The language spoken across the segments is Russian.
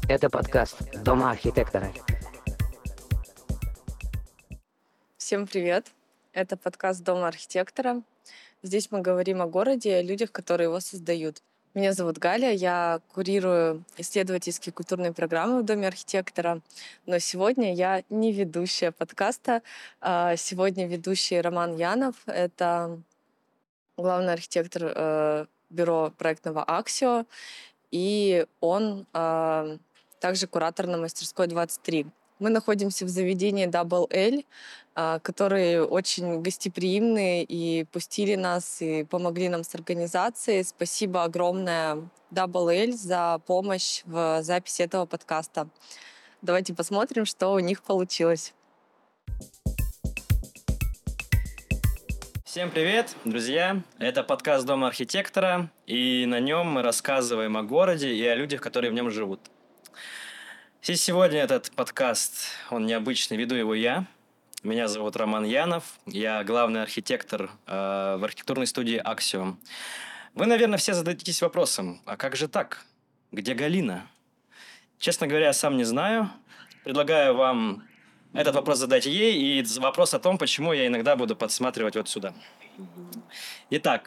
Это подкаст «Дома архитектора». Всем привет! Это подкаст «Дома архитектора». Здесь мы говорим о городе и о людях, которые его создают. Меня зовут Галя, я курирую исследовательские культурные программы в Доме архитектора, но сегодня я не ведущая подкаста. Сегодня ведущий Роман Янов, это главный архитектор бюро проектного «Аксио», и он также куратор на мастерской 23. Мы находимся в заведении Double L, которые очень гостеприимные и пустили нас, и помогли нам с организацией. Спасибо огромное Double L за помощь в записи этого подкаста. Давайте посмотрим, что у них получилось. Всем привет, друзья! Это подкаст «Дома архитектора», и на нем мы рассказываем о городе и о людях, которые в нем живут. Сегодня этот подкаст, он необычный, веду его я. Меня зовут Роман Янов, я главный архитектор в архитектурной студии «Аксио». Вы, наверное, все задаетесь вопросом, а как же так? Где Галина? Честно говоря, я сам не знаю. Предлагаю вам этот вопрос задать ей и вопрос о том, почему я иногда буду подсматривать вот сюда. Итак,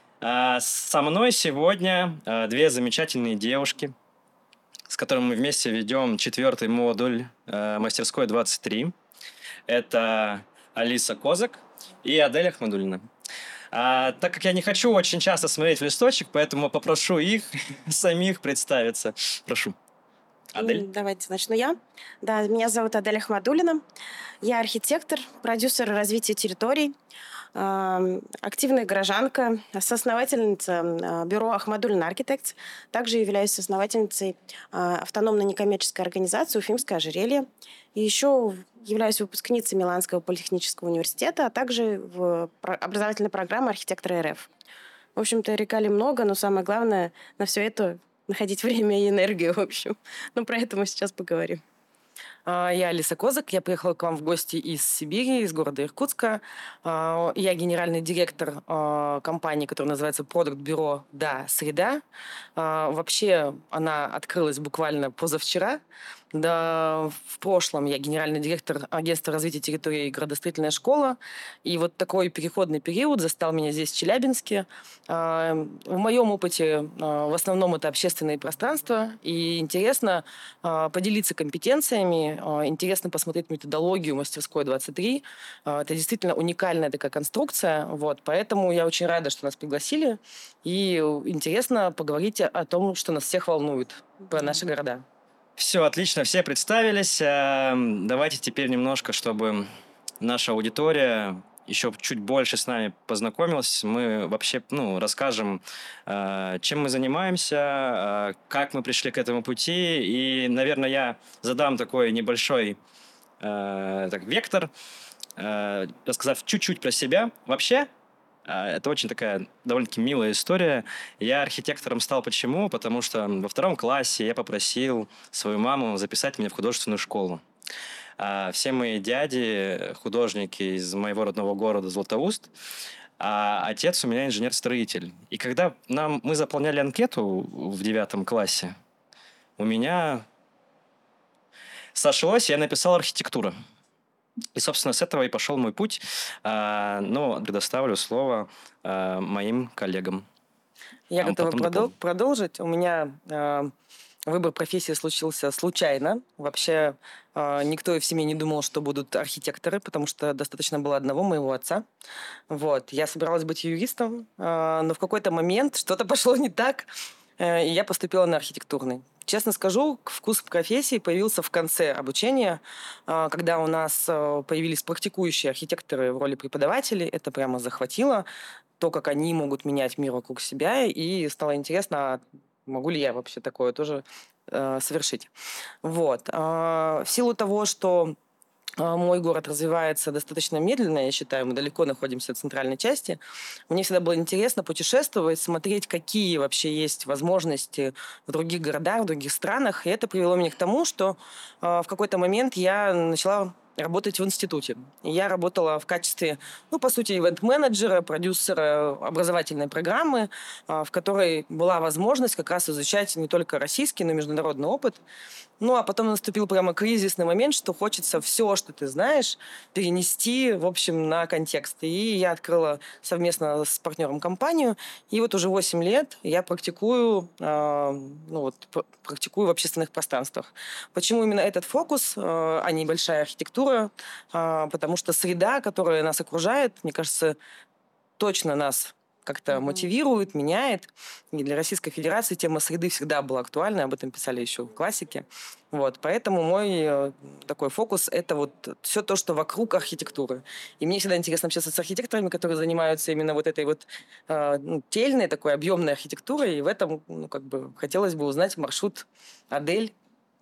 со мной сегодня две замечательные девушки, с которыми мы вместе ведем 4-й модуль мастерской 23. Это Алиса Козак и Адель Ахмадуллина. Так как я не хочу очень часто смотреть в листочек, поэтому попрошу их самих представиться. Прошу. Адель? Давайте начну я. Да, меня зовут Адель Ахмадуллина. Я архитектор, продюсер развития территорий, активная горожанка, соосновательница бюро Ахмадуллина Architects. Также являюсь соосновательницей автономной некоммерческой организации «Уфимское ожерелье». И еще являюсь выпускницей Миланского политехнического университета, а также в образовательной программе «Архитектора РФ». В общем-то, регалий много, но самое главное на все это находить время и энергию, в общем. Но про это мы сейчас поговорим. Я Алиса Козак, я приехала к вам в гости из Сибири, из города Иркутска. Я генеральный директор компании, которая называется Product Bureau «Да, среда». Вообще она открылась буквально позавчера. Да, в прошлом я генеральный директор агентства развития территории «Градостроительная школа». И вот такой переходный период застал меня здесь, в Челябинске. В моем опыте в основном это общественные пространства. И интересно поделиться компетенциями, интересно посмотреть методологию мастерской 23. Это действительно уникальная такая конструкция. Вот, поэтому я очень рада, что нас пригласили. И интересно поговорить о том, что нас всех волнует про наши города. Все, отлично, все представились. Давайте теперь немножко, чтобы наша аудитория еще чуть больше с нами познакомилась. Мы вообще расскажем, чем мы занимаемся, как мы пришли к этому пути. И, наверное, я задам такой небольшой вектор, рассказав чуть-чуть про себя. Вообще, это очень такая довольно-таки милая история. Я архитектором стал почему? Потому что во 2 классе я попросил свою маму записать меня в художественную школу. Все мои дяди художники из моего родного города Златоуст, а отец у меня инженер-строитель. И когда мы заполняли анкету в 9 классе, у меня сошлось, я написал архитектура. И, собственно, с этого и пошел мой путь. Но предоставлю слово моим коллегам. Я готова продолжить. У меня выбор профессии случился случайно. Вообще никто в семье не думал, что будут архитекторы, потому что достаточно было одного моего отца. Вот. Я собиралась быть юристом, но в какой-то момент что-то пошло не так, и я поступила на архитектурный. Честно скажу, вкус к профессии появился в конце обучения, когда у нас появились практикующие архитекторы в роли преподавателей. Это прямо захватило то, как они могут менять мир вокруг себя, и стало интересно, могу ли я вообще такое тоже совершить. Вот. В силу того, что мой город развивается достаточно медленно, я считаю, мы далеко находимся от центральной части. Мне всегда было интересно путешествовать, смотреть, какие вообще есть возможности в других городах, в других странах. И это привело меня к тому, что в какой-то момент я начала работать в институте. И я работала в качестве, по сути, ивент-менеджера, продюсера образовательной программы, в которой была возможность как раз изучать не только российский, но и международный опыт. А потом наступил прямо кризисный момент, что хочется все, что ты знаешь, перенести, в общем, на контекст. И я открыла совместно с партнером компанию. И вот уже 8 лет я практикую в общественных пространствах. Почему именно этот фокус, а не большая архитектура? Потому что среда, которая нас окружает, мне кажется, точно нас как-то мотивирует, меняет. И для Российской Федерации тема среды всегда была актуальна, об этом писали еще классики. Поэтому мой такой фокус – это все то, что вокруг архитектуры. И мне всегда интересно общаться с архитекторами, которые занимаются именно этой тельной, такой объемной архитектурой. И в этом хотелось бы узнать маршрут Адель.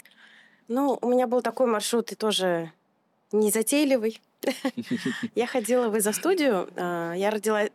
У меня был такой маршрут и тоже незатейливый. Я ходила в изо-студию. Я родилась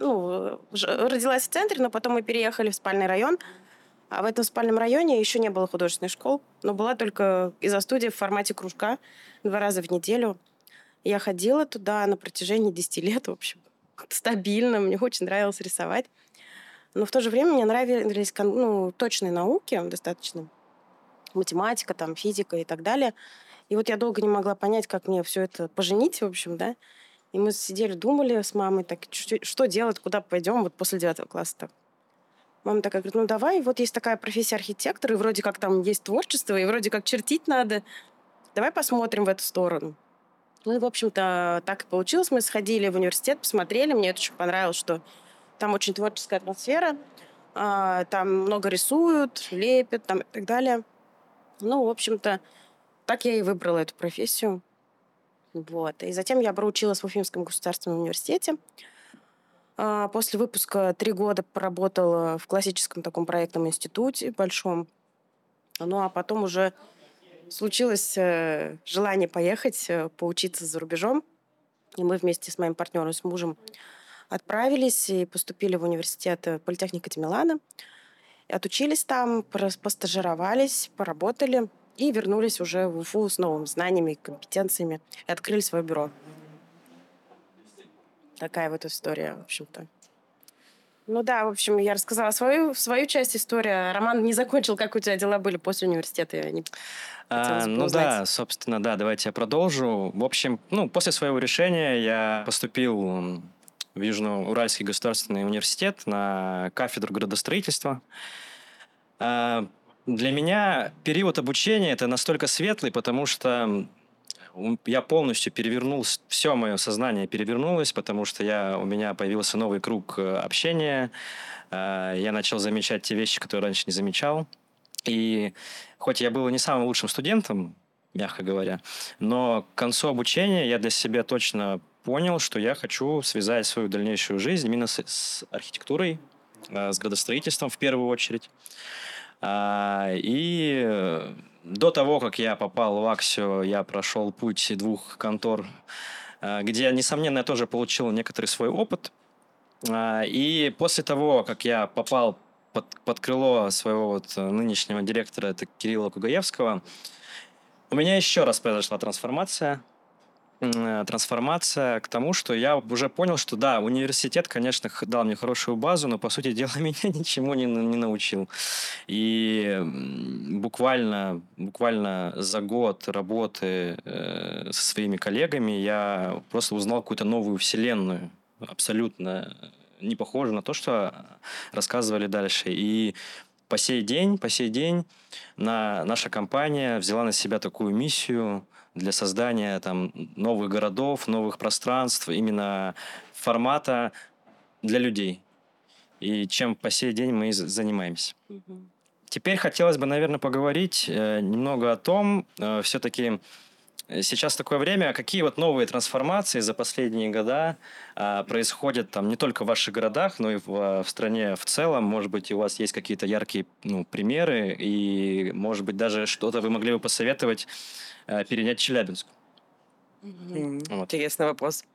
в центре, но потом мы переехали в спальный район. А в этом спальном районе еще не было художественных школ, но была только изо-студия в формате кружка 2 раза в неделю. Я ходила туда на протяжении 10 лет, в общем, стабильно. Мне очень нравилось рисовать. Но в то же время мне нравились точные науки достаточно. Математика, физика и так далее. И я долго не могла понять, как мне все это поженить, в общем, да. И мы сидели, думали с мамой, что делать, куда пойдем после 9 класса. Мама такая говорит, давай, есть такая профессия архитектор, и вроде как там есть творчество, и вроде как чертить надо. Давай посмотрим в эту сторону. И, в общем-то, так и получилось. Мы сходили в университет, посмотрели. Мне это очень понравилось, что там очень творческая атмосфера. Там много рисуют, лепят и так далее. В общем-то, так я и выбрала эту профессию. И затем я проучилась в Уфимском государственном университете. После выпуска 3 года поработала в классическом таком проектном институте большом. А потом уже случилось желание поехать, поучиться за рубежом. И мы вместе с моим партнером, с мужем отправились и поступили в университет Политехника де Милано. Отучились там, постажировались, поработали и вернулись уже в Уфу с новыми знаниями, компетенциями и открыли свое бюро. Такая история, в общем-то. В общем, я рассказала свою часть истории. Роман не закончил, как у тебя дела были после университета. Собственно, давайте я продолжу. В общем, после своего решения я поступил в Южноуральский государственный университет на кафедру градостроительства. Для меня период обучения это настолько светлый, потому что я полностью перевернулся, все мое сознание перевернулось, потому что у меня появился новый круг общения, я начал замечать те вещи, которые раньше не замечал. И хоть я был не самым лучшим студентом, мягко говоря, но к концу обучения я для себя точно понял, что я хочу связать свою дальнейшую жизнь именно с архитектурой, с градостроительством в первую очередь. И до того, как я попал в Аксио, я прошел путь 2 контор, где, несомненно, я тоже получил некоторый свой опыт. И после того, как я попал под крыло своего нынешнего директора, это Кирилла Кугаевского, у меня еще раз произошла трансформация к тому, что я уже понял, что да, университет, конечно, дал мне хорошую базу, но, по сути дела, меня ничему не научил. И буквально за год работы со своими коллегами я просто узнал какую-то новую вселенную, абсолютно не похожую на то, что рассказывали дальше. И по сей день наша компания взяла на себя такую миссию для создания новых городов, новых пространств, именно формата для людей. И чем по сей день мы занимаемся. Теперь хотелось бы, наверное, поговорить немного о том, все-таки сейчас такое время, какие новые трансформации за последние года происходят не только в ваших городах, но и в стране в целом. Может быть, у вас есть какие-то яркие примеры, и, может быть, даже что-то вы могли бы посоветовать перенять Челябинску. Интересный вопрос.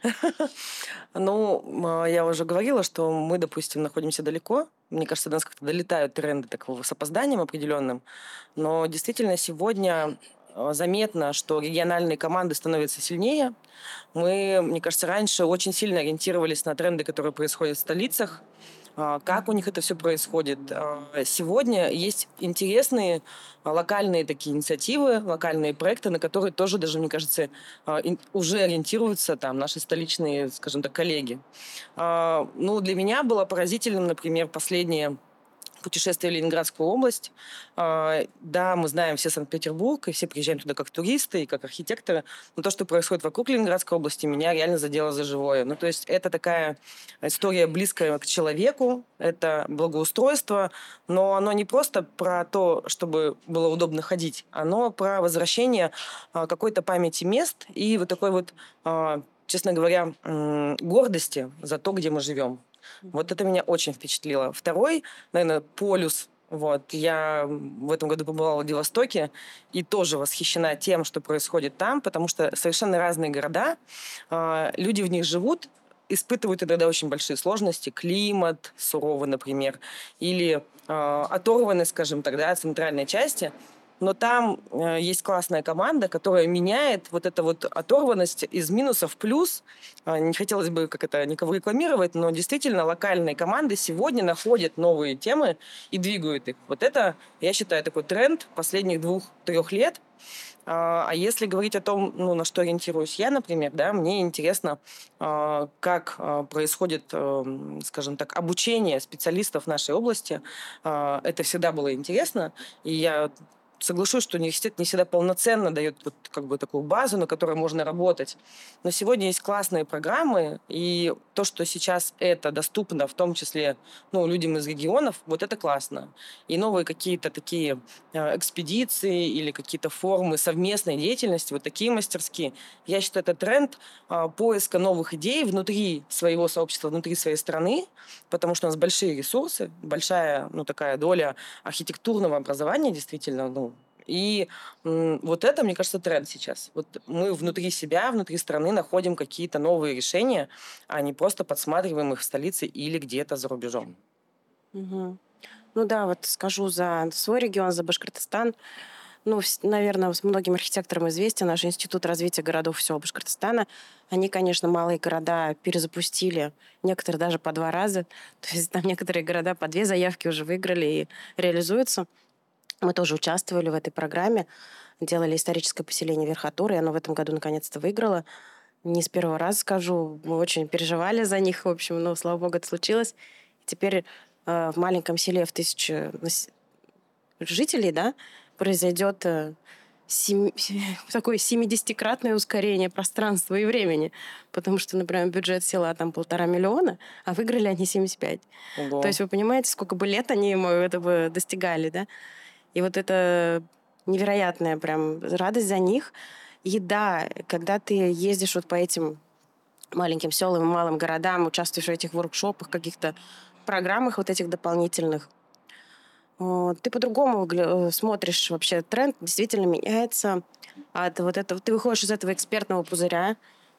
Я уже говорила, что мы, допустим, находимся далеко. Мне кажется, до нас как-то долетают тренды такого с опозданием определенным. Но действительно сегодня заметно, что региональные команды становятся сильнее. Мы, мне кажется, раньше очень сильно ориентировались на тренды, которые происходят в столицах, как у них это все происходит. Сегодня есть интересные локальные такие инициативы, локальные проекты, на которые тоже даже, мне кажется, уже ориентируются там наши столичные, скажем так, коллеги. Ну, для меня было поразительным, например, последнее путешествие в Ленинградскую область. Да, мы знаем все Санкт-Петербург, и все приезжаем туда как туристы и как архитекторы, но то, что происходит вокруг Ленинградской области, меня реально задело за живое. Ну, то есть это такая история близкая к человеку, это благоустройство, но оно не просто про то, чтобы было удобно ходить, оно про возвращение какой-то памяти мест и вот такой вот, честно говоря, гордости за то, где мы живем. Вот это меня очень впечатлило. Второй, наверное, полюс. Вот. Я в этом году побывала в Владивостоке и тоже восхищена тем, что происходит там, потому что совершенно разные города, люди в них живут, испытывают иногда очень большие сложности. Климат суровый, например, или оторваны, скажем так, от центральной части. Но там есть классная команда, которая меняет вот эту вот оторванность из минусов в плюс. Не хотелось бы никого рекламировать, но действительно локальные команды сегодня находят новые темы и двигают их. Вот это, я считаю, такой тренд последних 2-3 лет. А если говорить о том, на что ориентируюсь я, например, да, мне интересно, как происходит, скажем так, обучение специалистов в нашей области. Это всегда было интересно, и я соглашусь, что университет не всегда полноценно дает такую базу, на которой можно работать. Но сегодня есть классные программы, и то, что сейчас это доступно, в том числе людям из регионов, вот это классно. И новые какие-то такие экспедиции или какие-то формы совместной деятельности, вот такие мастерские. Я считаю, это тренд поиска новых идей внутри своего сообщества, внутри своей страны, потому что у нас большие ресурсы, большая такая доля архитектурного образования действительно, и вот это, мне кажется, тренд сейчас. Вот мы внутри себя, внутри страны находим какие-то новые решения, а не просто подсматриваем их в столице или где-то за рубежом. Угу. Ну да, вот скажу за свой регион, за Башкортостан. Наверное, с многим архитекторам известен наш Институт развития городов всего Башкортостана. Они, конечно, малые города перезапустили, некоторые даже по 2 раза. То есть там некоторые города по 2 заявки уже выиграли и реализуются. Мы тоже участвовали в этой программе, делали историческое поселение Верхотур, и оно в этом году наконец-то выиграло. Не с первого раза скажу, мы очень переживали за них, в общем, слава богу, это случилось. И теперь в маленьком селе в 1000 жителей, да, произойдет такое 70-кратное ускорение пространства и времени. Потому что, например, бюджет села там 1,5 миллиона, а выиграли они 75. Ого. То есть вы понимаете, сколько бы лет они этого достигали, да? И вот это невероятная прям радость за них. И да, когда ты ездишь вот по этим маленьким селам и малым городам, участвуешь в этих воркшопах, каких-то программах вот этих дополнительных, ты по-другому смотришь вообще. Тренд действительно меняется. От вот этого, ты выходишь из этого экспертного пузыря,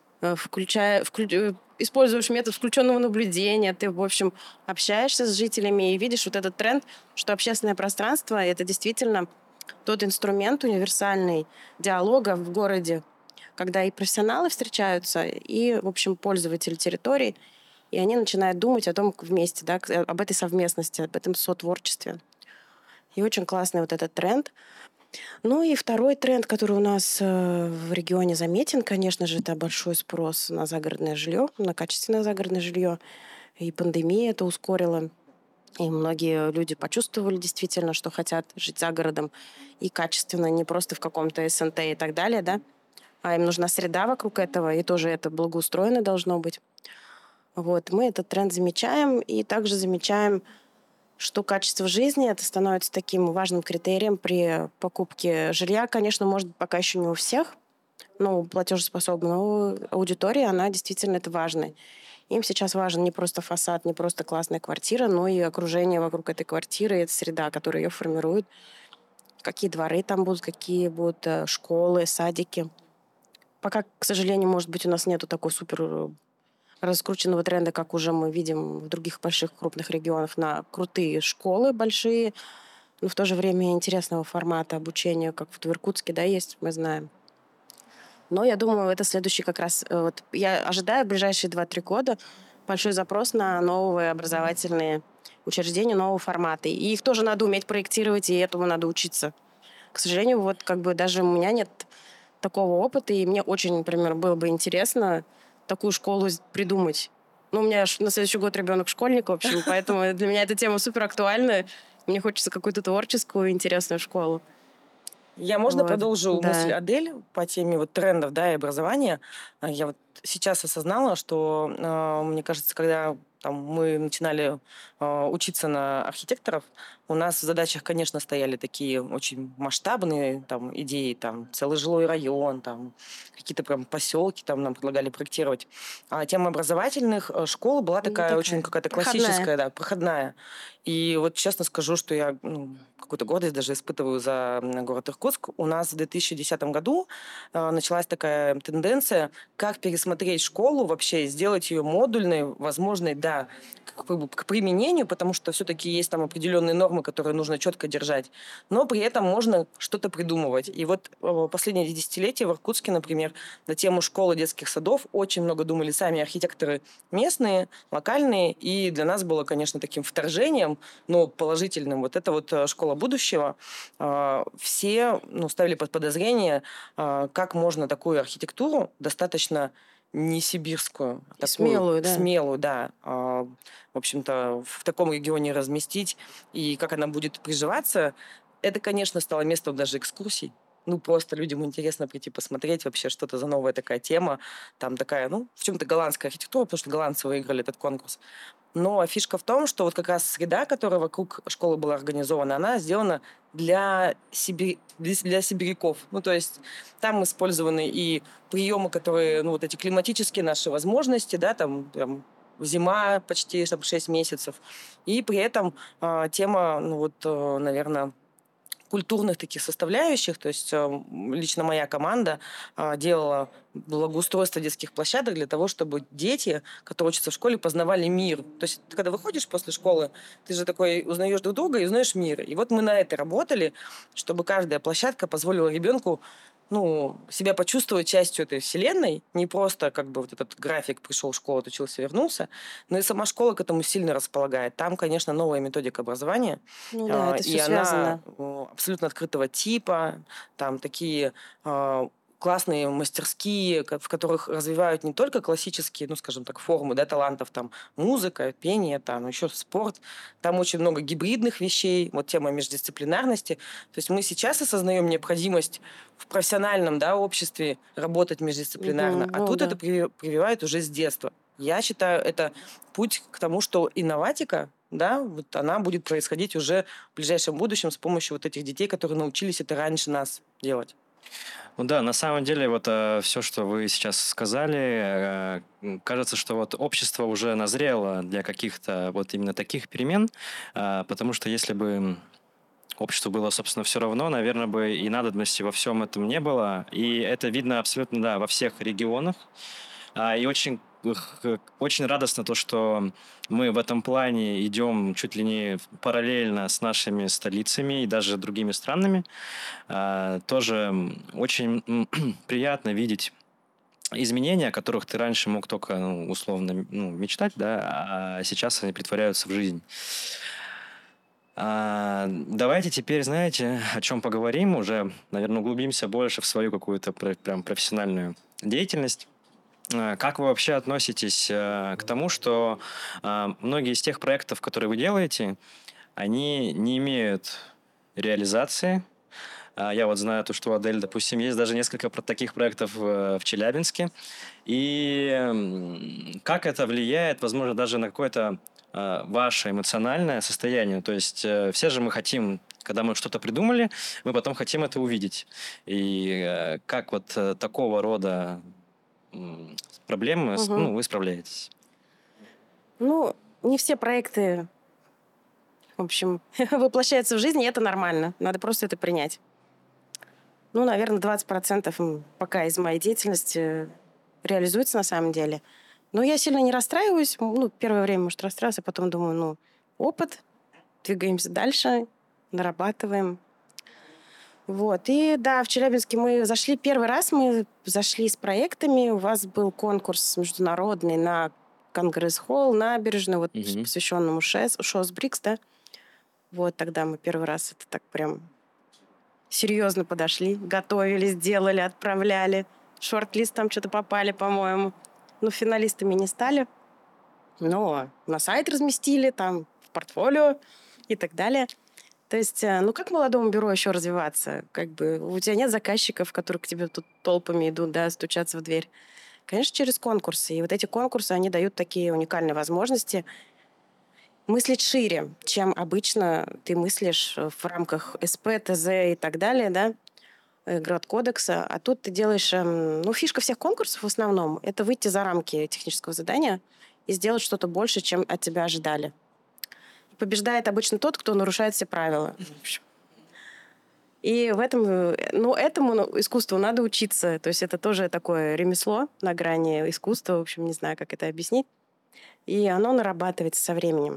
используешь метод включенного наблюдения, ты, в общем, общаешься с жителями и видишь вот этот тренд, что общественное пространство — это действительно тот инструмент универсальный диалога в городе, когда и профессионалы встречаются, и, в общем, пользователи территорий, и они начинают думать о том вместе, да, об этой совместности, об этом сотворчестве. И очень классный вот этот тренд. И второй тренд, который у нас в регионе заметен, конечно же, это большой спрос на загородное жилье, на качественное загородное жилье. И пандемия это ускорила. И многие люди почувствовали действительно, что хотят жить за городом и качественно, не просто в каком-то СНТ и так далее, да, а им нужна среда вокруг этого, и тоже это благоустроено должно быть. Вот, мы этот тренд замечаем, и также замечаем, что качество жизни это становится таким важным критерием при покупке жилья. Конечно, может быть, пока еще не у всех, но платежеспособная аудитория, она действительно это важно. Им сейчас важен не просто фасад, не просто классная квартира, но и окружение вокруг этой квартиры, это среда, которая ее формирует. Какие дворы там будут, какие будут школы, садики. Пока, к сожалению, может быть, у нас нету такой супер раскрученного тренда, как уже мы видим в других больших крупных регионах, на крутые школы большие, но в то же время интересного формата обучения, как вот в Иркутске, да, есть, мы знаем. Но я думаю, это следующий как раз... Вот я ожидаю в ближайшие 2-3 года большой запрос на новые образовательные учреждения, нового формата. И их тоже надо уметь проектировать, и этому надо учиться. К сожалению, вот как бы даже у меня нет такого опыта, и мне очень, например, было бы интересно такую школу придумать. Ну, у меня на следующий год ребенок школьник, в общем, поэтому для меня эта тема супер актуальна. Мне хочется какую-то творческую, интересную школу. Можно продолжу Да. мысль Адель по теме вот трендов, да, и образования. Я вот сейчас осознала, что, мне кажется, когда мы начинали учиться на архитекторов, у нас в задачах, конечно, стояли такие очень масштабные идеи, целый жилой район, какие-то прям поселки нам предлагали проектировать. А тема образовательных школ была такая очень какая-то классическая, да, проходная. И вот честно скажу, что я какую-то гордость даже испытываю за город Иркутск. У нас в 2010 году началась такая тенденция, как пересмотреть школу вообще, сделать ее модульной, возможной, да, к применению, потому что все-таки есть там определенные нормы, которые нужно четко держать, но при этом можно что-то придумывать. И вот последние десятилетия в Иркутске, например, на тему школы детских садов очень много думали сами архитекторы местные, локальные, и для нас было, конечно, таким вторжением, но положительным. Вот это вот школа будущего. Все ставили под подозрение, как можно такую архитектуру достаточно не сибирскую, а такую смелую, да, в общем-то, в таком регионе разместить, и как она будет приживаться. Это, конечно, стало местом даже экскурсий. Просто людям интересно прийти посмотреть вообще, что это за новая такая тема. Там такая, в чем-то голландская архитектура, потому что голландцы выиграли этот конкурс. Но фишка в том, что вот как раз среда, которая вокруг школы была организована, она сделана для сибиряков. То есть там использованы и приемы, которые, вот эти климатические наши возможности, да, там зима почти 6 месяцев. И при этом тема, наверное, культурных таких составляющих, то есть лично моя команда делала благоустройство детских площадок для того, чтобы дети, которые учатся в школе, познавали мир. То есть ты, когда выходишь после школы, ты же такой узнаешь друг друга и узнаешь мир. И вот мы на это работали, чтобы каждая площадка позволила ребенку себя почувствовать частью этой вселенной, не просто вот этот график пришел в школу, отучился, вернулся, но и сама школа к этому сильно располагает. Там, конечно, новая методика образования. Да, это все и связано. Она абсолютно открытого типа, там такие классные мастерские, в которых развивают не только классические, скажем так, формы, да, талантов, музыка, пение, еще спорт. Там очень много гибридных вещей, вот тема междисциплинарности. То есть мы сейчас осознаем необходимость в профессиональном, да, обществе работать междисциплинарно, а тут это прививают уже с детства. Я считаю, это путь к тому, что инноватика, да, вот она будет происходить уже в ближайшем будущем с помощью вот этих детей, которые научились это раньше нас делать. Да, на самом деле все, что вы сейчас сказали, кажется, что общество уже назрело для каких-то именно таких перемен, потому что если бы обществу было, собственно, все равно, наверное, бы и надобности во всем этом не было, и это видно абсолютно, да, во всех регионах, и очень радостно то, что мы в этом плане идем чуть ли не параллельно с нашими столицами и даже другими странами. Тоже очень приятно видеть изменения, о которых ты раньше мог только условно мечтать, да, а сейчас они притворяются в жизнь. Давайте теперь, знаете, о чем поговорим, уже, наверное, углубимся больше в свою какую-то прям профессиональную деятельность. Как вы вообще относитесь к тому, что многие из тех проектов, которые вы делаете, они не имеют реализации? Я знаю, что у Адель, допустим, есть даже несколько таких проектов в Челябинске. И как это влияет, возможно, даже на какое-то ваше эмоциональное состояние? То есть все же мы хотим, когда мы что-то придумали, мы потом хотим это увидеть. И как такого рода проблемы вы справляетесь? Не все проекты, в общем, воплощаются в жизнь, и это нормально. Надо просто это принять. Наверное, 20% пока из моей деятельности реализуется на самом деле. Но я сильно не расстраиваюсь. Первое время, может, расстраиваться, а потом думаю, опыт, двигаемся дальше. нарабатываем. Вот. И да, в Челябинске мы зашли первый раз, мы зашли с проектами. У вас был конкурс международный на Конгресс-холл, набережную, вот, посвященному ШОС БРИКС, да. Вот тогда мы первый раз это так прям серьезно подошли, готовились, делали, отправляли. Шорт-лист там что-то попали, по-моему. Но финалистами не стали. Но на сайт разместили, там в портфолио и так далее. То есть, ну как молодому бюро еще развиваться? Как бы у тебя нет заказчиков, которые к тебе тут толпами идут, да, стучаться в дверь. Конечно, через конкурсы. И вот эти конкурсы, они дают такие уникальные возможности мыслить шире, чем обычно ты мыслишь в рамках СП, ТЗ и так далее, да, Градкодекса. А тут ты делаешь... Ну, фишка всех конкурсов в основном — это выйти за рамки технического задания и сделать что-то больше, чем от тебя ожидали. Побеждает обычно тот, кто нарушает все правила. И в этом, ну, этому искусству надо учиться. То есть это тоже такое ремесло на грани искусства. В общем, не знаю, как это объяснить. И оно нарабатывается со временем.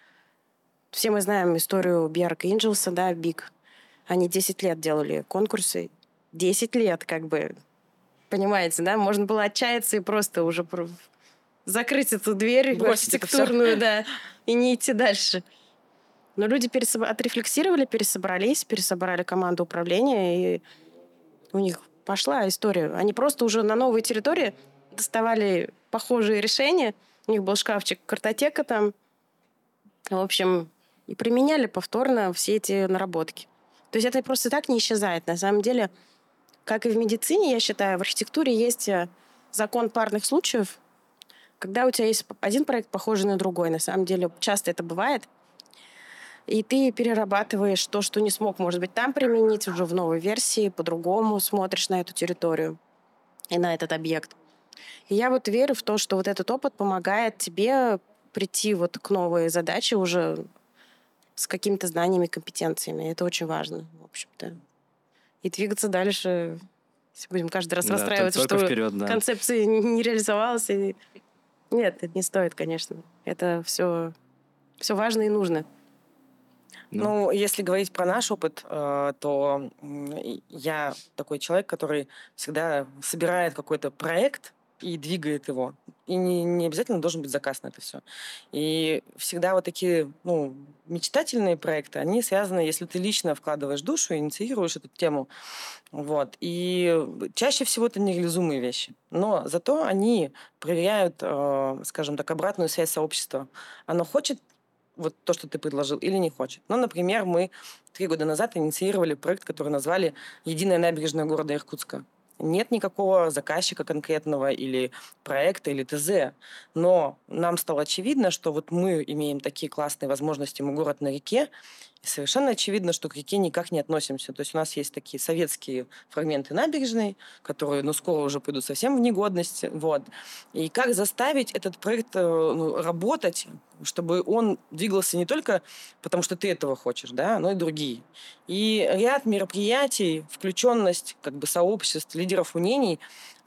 Все мы знаем историю Björk и Angels, да, Big. Они 10 лет делали конкурсы. 10 лет, как бы. Понимаете, да? Можно было отчаяться и просто уже закрыть эту дверь архитектурную, да, и не идти дальше. Но люди отрефлексировали, пересобрали команду управления, и у них пошла история. Они просто уже на новой территории доставали похожие решения. У них был шкафчик, картотека там. В общем, и применяли повторно все эти наработки. То есть это просто так не исчезает. На самом деле, как и в медицине, я считаю, в архитектуре есть закон парных случаев, когда у тебя есть один проект, похожий на другой. На самом деле, часто это бывает. И ты перерабатываешь то, что не смог, может быть, там применить уже в новой версии, по-другому смотришь на эту территорию и на этот объект. И я вот верю в то, что вот этот опыт помогает тебе прийти вот к новой задаче уже с какими-то знаниями, компетенциями. Это очень важно, в общем-то. И двигаться дальше. Если будем каждый раз расстраиваться, что вперед, концепция не реализовалась. И... Нет, это не стоит, конечно. Это все важно и нужно. Ну, если говорить про наш опыт, то я такой человек, который всегда собирает какой-то проект и двигает его. И не обязательно должен быть заказ на это все. И всегда вот такие, ну, мечтательные проекты, они связаны, если ты лично вкладываешь душу и инициируешь эту тему. Вот. И чаще всего это нереализуемые вещи. Но зато они проверяют, скажем так, обратную связь сообщества. Оно хочет вот то, что ты предложил, или не хочет. Ну, например, мы 3 года назад инициировали проект, который назвали «Единая набережная города Иркутска». Нет никакого заказчика конкретного или проекта, или ТЗ. Но нам стало очевидно, что вот мы имеем такие классные возможности, мы город на реке, и совершенно очевидно, что к реке никак не относимся. То есть у нас есть такие советские фрагменты набережной, которые, ну, скоро уже пойдут совсем в негодность. Вот. И как заставить этот проект работать, чтобы он двигался не только потому, что ты этого хочешь, да, но и другие. И ряд мероприятий, включенность как бы сообществ, лидеров мнений,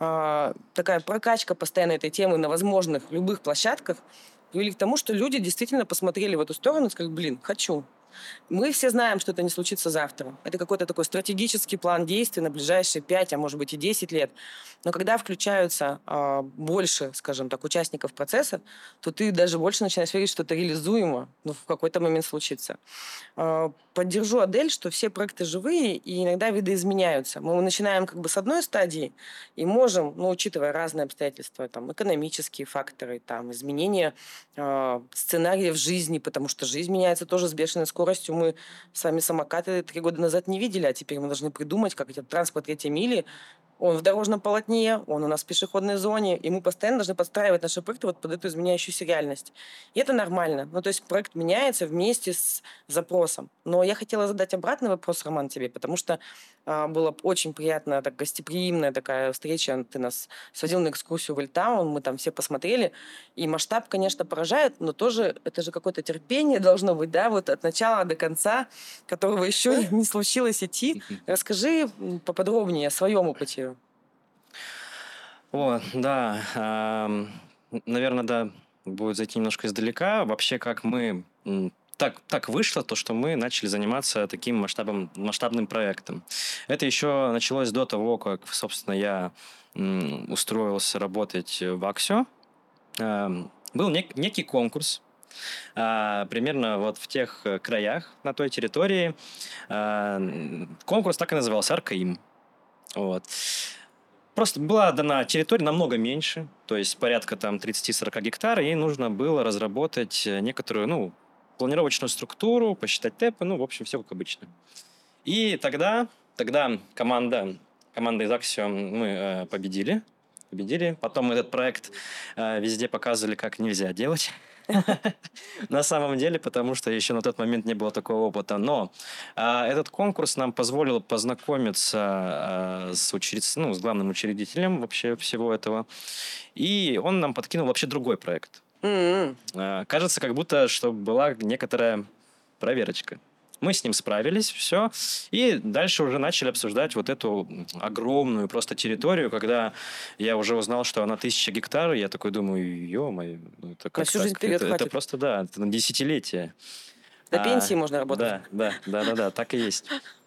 такая прокачка постоянно этой темы на возможных любых площадках привели к тому, что люди действительно посмотрели в эту сторону и сказали: блин, хочу. Мы все знаем, что это не случится завтра. Это какой-то такой стратегический план действий на ближайшие 5, а может быть и 10 лет. Но когда включаются больше, скажем так, участников процесса, то ты даже больше начинаешь верить, что это реализуемо, но в какой-то момент случится. Поддержу Адель, что все проекты живые и иногда видоизменяются. Мы начинаем как бы с одной стадии и можем, ну, учитывая разные обстоятельства, там, экономические факторы, там, изменения сценариев жизни, потому что жизнь меняется тоже с бешеной скоростью. Мы с вами самокаты 3 года назад не видели, а теперь мы должны придумать, как этот транспорт 3 мили, он в дорожном полотне, он у нас в пешеходной зоне, и мы постоянно должны подстраивать наши проекты вот под эту изменяющуюся реальность. И это нормально. Ну, то есть проект меняется вместе с запросом. Но я хотела задать обратный вопрос, Роман, тебе, потому что было очень приятно, так гостеприимная такая встреча. Ты нас сводил на экскурсию в Эльтаун, мы там все посмотрели. И масштаб, конечно, поражает, но тоже это же какое-то терпение должно быть, да, вот от начала до конца, которого еще не случилось идти. Расскажи поподробнее о своем опыте. О, да. Наверное, да, будет зайти немножко издалека. Вообще, как мы так вышло, то, что мы начали заниматься таким масштабным проектом. Это еще началось до того, как, собственно, я устроился работать в Аксио. Был некий конкурс, примерно вот в тех краях, на той территории. Конкурс так и назывался «Аркаим». Вот. Просто была дана территория намного меньше, то есть порядка там 30-40 гектар, и нужно было разработать некоторую, планировочную структуру, посчитать темпы, в общем, все как обычно. И тогда команда из Аксио мы победили. Потом этот проект везде показывали, как нельзя делать. На самом деле, потому что еще на тот момент не было такого опыта. Но этот конкурс нам позволил познакомиться с главным учредителем вообще всего этого. И он нам подкинул вообще другой проект. Кажется, как будто, что была некоторая проверочка. Мы с ним справились, все. И дальше уже начали обсуждать вот эту огромную просто территорию, когда я уже узнал, что она 1000 гектар. Я такой думаю, ё-моё, это как на всю жизнь вперед хватит. Это просто, да, это на десятилетие. До пенсии можно работать. Да, так и есть.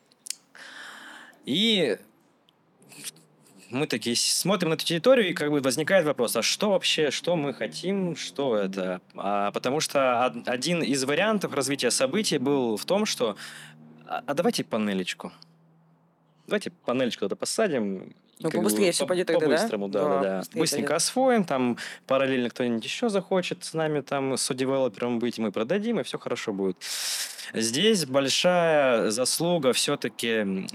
И мы такие смотрим на эту территорию, и как бы возникает вопрос, а что вообще, что мы хотим, что это? Потому что один из вариантов развития событий был в том, что давайте панелечку. Давайте панелечку туда посадим. Побыстрее все пойдет тогда, да? По-быстрому, да. Быстренько освоим, там параллельно кто-нибудь еще захочет с нами там содевелопером быть, мы продадим, и все хорошо будет. Здесь большая заслуга все-таки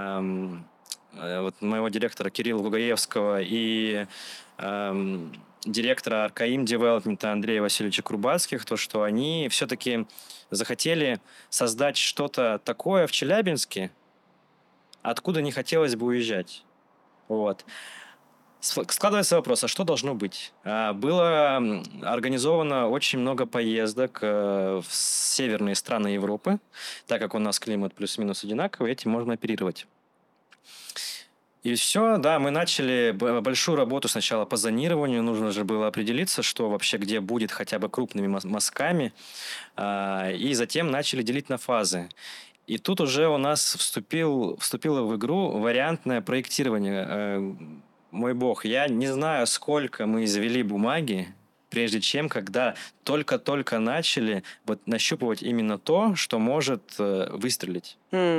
вот моего директора Кирилла Гугаевского и директора Аркаим Девелопмента Андрея Васильевича Курбацких, то, что они все-таки захотели создать что-то такое в Челябинске, откуда не хотелось бы уезжать. Вот. Складывается вопрос, а что должно быть? Было организовано очень много поездок в северные страны Европы, так как у нас климат плюс-минус одинаковый, этим можно оперировать. И все, да, мы начали большую работу сначала по зонированию. Нужно же было определиться, что вообще где будет хотя бы крупными мазками. И затем начали делить на фазы. И тут уже у нас вступило в игру вариантное проектирование. Мой бог, я не знаю, сколько мы извели бумаги, прежде чем, когда только-только начали нащупывать именно то, что может выстрелить.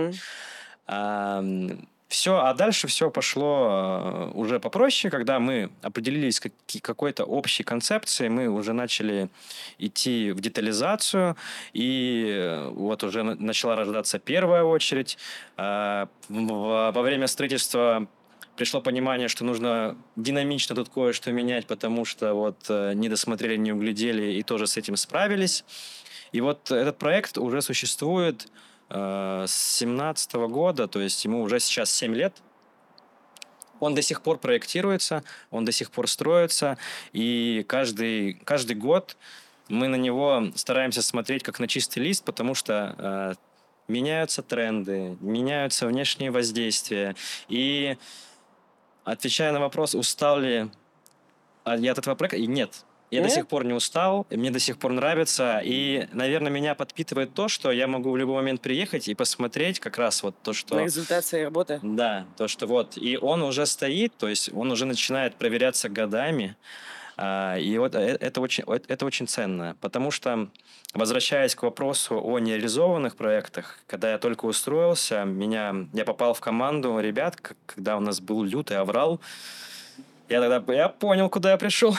Все, а дальше все пошло уже попроще, когда мы определились какой-то общей концепцией, мы уже начали идти в детализацию, и вот уже начала рождаться первая очередь. Во время строительства пришло понимание, что нужно динамично тут кое-что менять, потому что вот не досмотрели, не углядели, и тоже с этим справились. И вот этот проект уже существует с 2017 года, то есть ему уже сейчас 7 лет. Он до сих пор проектируется, он до сих пор строится, и каждый год мы на него стараемся смотреть как на чистый лист, потому что меняются тренды, меняются внешние воздействия. И отвечая на вопрос, устал ли я от этого проекта, и нет. Я до сих пор не устал, мне до сих пор нравится, и, наверное, меня подпитывает то, что я могу в любой момент приехать и посмотреть как раз вот то, что... На результат своей работы. Да, то, что вот, и он уже стоит, то есть он уже начинает проверяться годами, и вот это очень ценно, потому что, возвращаясь к вопросу о нереализованных проектах, когда я только устроился, я попал в команду ребят, когда у нас был лютый аврал. Я понял, куда я пришел.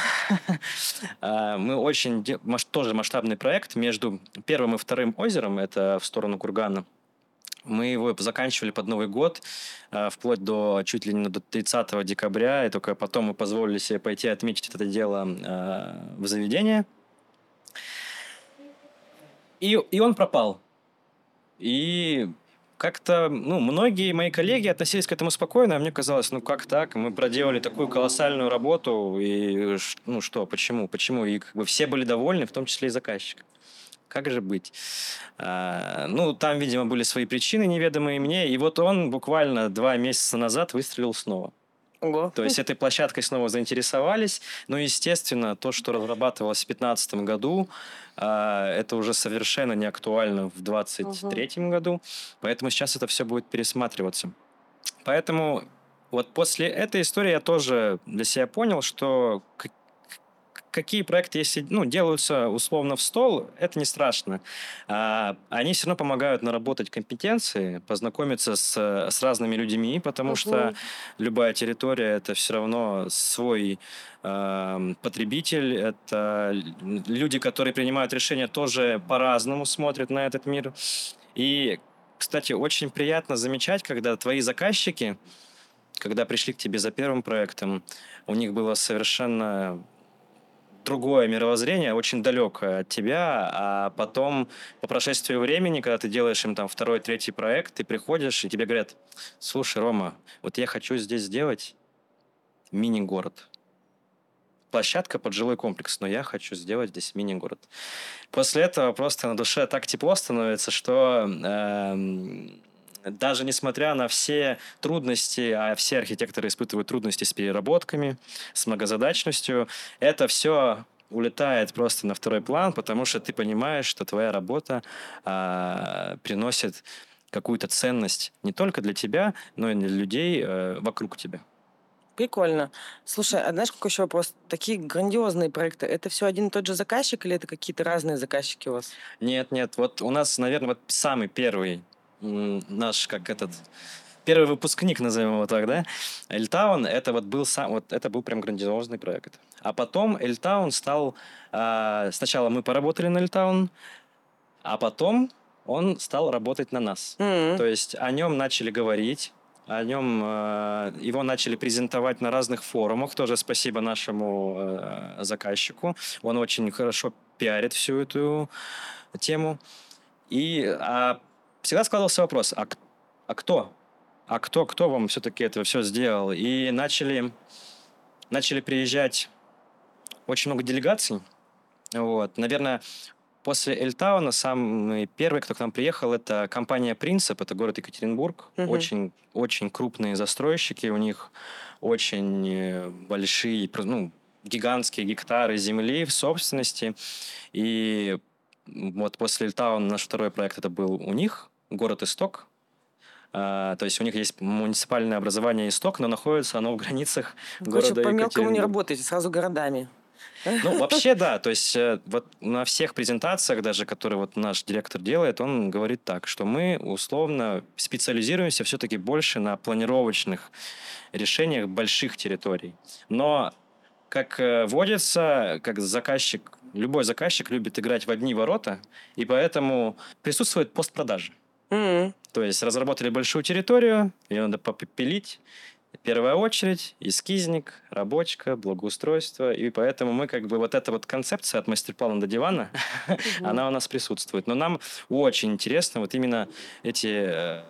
Мы тоже масштабный проект между первым и вторым озером, это в сторону Кургана. Мы его заканчивали под Новый год, вплоть до чуть ли не до 30 декабря, и только потом мы позволили себе пойти отметить это дело в заведение. И он пропал. И как-то, многие мои коллеги относились к этому спокойно, а мне казалось, как так? Мы проделали такую колоссальную работу, и почему? И как бы все были довольны, в том числе и заказчик. Как же быть? Там, видимо, были свои причины, неведомые мне, и вот он буквально 2 месяца назад выстрелил снова. Ого. То есть этой площадкой снова заинтересовались. Но, естественно, то, что разрабатывалось в 2015 году, это уже совершенно не актуально в 2023 году. Поэтому сейчас это все будет пересматриваться. Поэтому вот после этой истории я тоже для себя понял, что какие проекты, если делаются условно в стол, это не страшно. Они все равно помогают наработать компетенции, познакомиться с разными людьми, потому что любая территория — это все равно свой потребитель, это люди, которые принимают решения, тоже по-разному смотрят на этот мир. И, кстати, очень приятно замечать, когда твои заказчики, когда пришли к тебе за первым проектом, у них было совершенно другое мировоззрение, очень далекое от тебя, а потом, по прошествии времени, когда ты делаешь им там второй, третий проект, ты приходишь, и тебе говорят: слушай, Рома, вот я хочу здесь сделать мини-город. Площадка под жилой комплекс, но я хочу сделать здесь мини-город. После этого просто на душе так тепло становится, что даже несмотря на все трудности, а все архитекторы испытывают трудности с переработками, с многозадачностью, это все улетает просто на второй план, потому что ты понимаешь, что твоя работа приносит какую-то ценность не только для тебя, но и для людей вокруг тебя. Прикольно. Слушай, а знаешь, какой еще вопрос? Такие грандиозные проекты, это все один и тот же заказчик или это какие-то разные заказчики у вас? Нет, вот у нас, наверное, вот самый первый наш, первый выпускник, назовем его так, да, Эльтаун, это это был прям грандиозный проект. А потом Эльтаун стал, сначала мы поработали на Эльтаун, а потом он стал работать на нас. То есть о нем начали говорить, его начали презентовать на разных форумах. Тоже спасибо нашему заказчику. Он очень хорошо пиарит всю эту тему. И всегда складывался вопрос: кто вам все-таки это все сделал? И начали приезжать очень много делегаций. Вот. Наверное, после Эльтауна самый первый, кто к нам приехал, это компания «Принцип», это город Екатеринбург. Очень, очень крупные застройщики, у них очень большие, гигантские гектары земли в собственности. И вот после Эльтауна наш второй проект это был у них, город Исток. То есть у них есть муниципальное образование Исток, но находится оно в границах города Екатеринбург. По-мелкому не работаете, сразу городами. Вообще, да. То есть вот на всех презентациях, даже которые вот наш директор делает, он говорит так, что мы условно специализируемся все-таки больше на планировочных решениях больших территорий. Но, как водится, любой заказчик любит играть в одни ворота, и поэтому присутствует постпродажа. То есть разработали большую территорию, ее надо попилить. Первая очередь, эскизник, рабочка, благоустройство. И поэтому мы вот эта вот концепция от мастер-плана до дивана, она у нас присутствует. Но нам очень интересно вот именно эти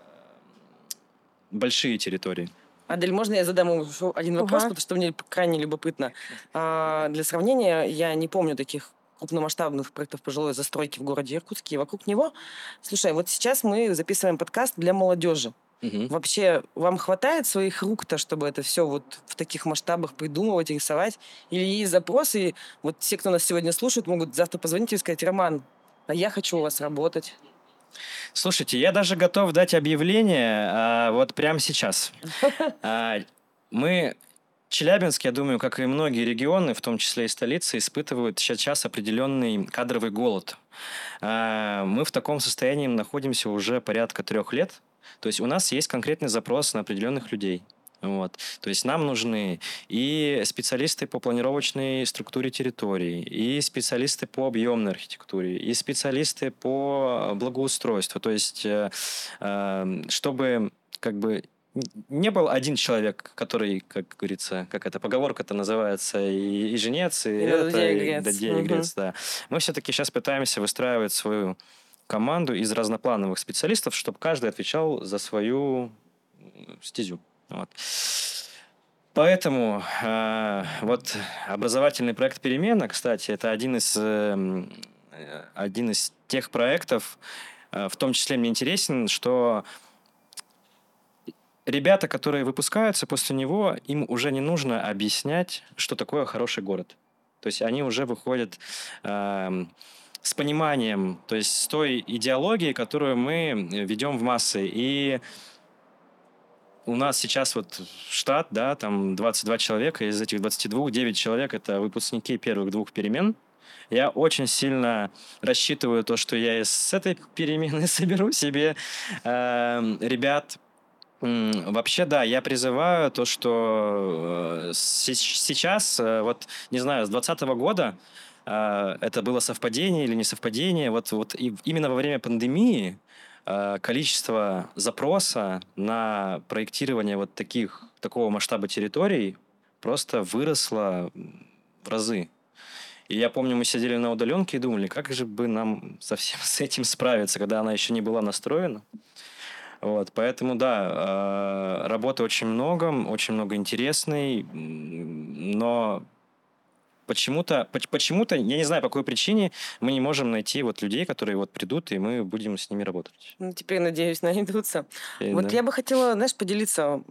большие территории. Адель, можно я задам еще один вопрос, потому что мне крайне любопытно. Для сравнения, я не помню таких крупномасштабных проектов по жилой застройке в городе Иркутске и вокруг него. Слушай, вот сейчас мы записываем подкаст для молодежи. Вообще, вам хватает своих рук-то, чтобы это все вот в таких масштабах придумывать, рисовать? Или есть запросы, и вот те, кто нас сегодня слушают, могут завтра позвонить и сказать: Роман, а я хочу у вас работать. Слушайте, я даже готов дать объявление вот прямо сейчас. Челябинск, я думаю, как и многие регионы, в том числе и столицы, испытывают сейчас определенный кадровый голод. Мы в таком состоянии находимся уже порядка 3 лет. То есть у нас есть конкретный запрос на определенных людей. Вот. То есть нам нужны и специалисты по планировочной структуре территорий, и специалисты по объемной архитектуре, и специалисты по благоустройству. То есть чтобы не был один человек, который, как говорится, как эта поговорка-то называется, и жнец, и грец. Да. Мы все-таки сейчас пытаемся выстраивать свою команду из разноплановых специалистов, чтобы каждый отвечал за свою стезю. Вот. Поэтому вот образовательный проект «Перемена», кстати, это один из тех проектов, в том числе мне интересен, что ребята, которые выпускаются после него, им уже не нужно объяснять, что такое хороший город. То есть они уже выходят с пониманием, то есть с той идеологией, которую мы ведем в массы. И у нас сейчас вот штат, да, там 22 человека, из этих 22 9 человек — это выпускники первых 2 перемен. Я очень сильно рассчитываю то, что я с этой перемены соберу себе ребят. Вообще, да, я призываю то, что сейчас, вот, не знаю, с 2020 года это было совпадение или не совпадение, вот именно во время пандемии количество запроса на проектирование вот такого масштаба территорий просто выросло в разы. И я помню, мы сидели на удаленке и думали, как же бы нам совсем с этим справиться, когда она еще не была настроена. Вот, поэтому, да, работы очень много интересной, но почему-то, я не знаю, по какой причине, мы не можем найти вот людей, которые вот придут, и мы будем с ними работать. Ну, теперь, надеюсь, найдутся. И, Вот да. я бы хотела, знаешь, поделиться.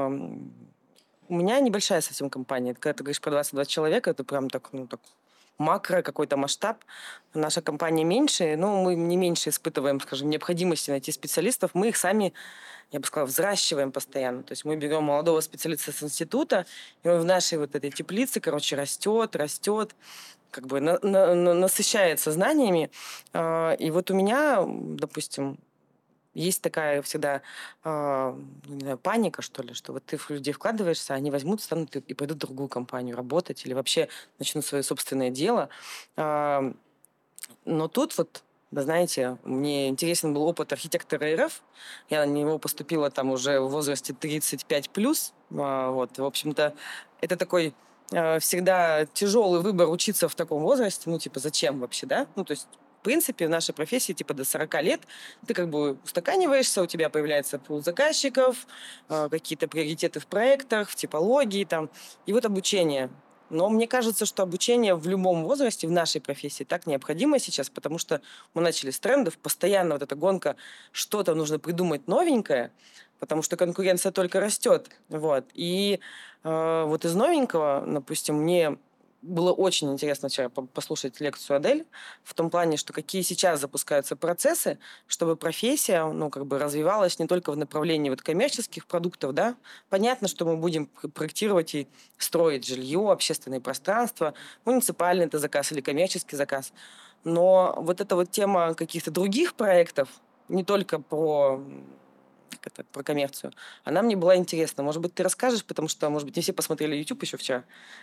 У меня небольшая совсем компания. Когда ты говоришь про 22 человека, это прям так, макро какой-то масштаб. Наша компания меньше, но мы не меньше испытываем, скажем, необходимости найти специалистов. Мы их сами, я бы сказала, взращиваем постоянно. То есть мы берем молодого специалиста с института, и он в нашей вот этой теплице, растет, как бы насыщается знаниями. И вот у меня, допустим, есть такая всегда не знаю, паника, что ли, что вот ты в людей вкладываешься, они возьмут, станут и пойдут в другую компанию работать или вообще начнут свое собственное дело. Но тут вот, да, знаете, мне интересен был опыт архитектора РФ. Я на него поступила там уже в возрасте 35+. Вот, в общем-то, это такой всегда тяжелый выбор учиться в таком возрасте. Ну, типа, зачем вообще, да? Ну, то есть в принципе, в нашей профессии типа до 40 лет ты как бы устаканиваешься, у тебя появляется пул заказчиков, какие-то приоритеты в проектах, в типологии там, и вот обучение. Но мне кажется, что обучение в любом возрасте в нашей профессии так необходимо сейчас, потому что мы начали с трендов, постоянно вот эта гонка, что-то нужно придумать новенькое, потому что конкуренция только растет. Вот. И вот из новенького, допустим, мне было очень интересно вчера послушать лекцию Адель в том плане, что какие сейчас запускаются процессы, чтобы профессия, развивалась не только в направлении вот коммерческих продуктов, да. Понятно, что мы будем проектировать и строить жилье, общественные пространства, муниципальный это заказ или коммерческий заказ. Но вот эта вот тема каких-то других проектов, не только про коммерцию, она мне была интересна. Может быть, ты расскажешь, потому что, может быть, не все посмотрели YouTube еще вчера.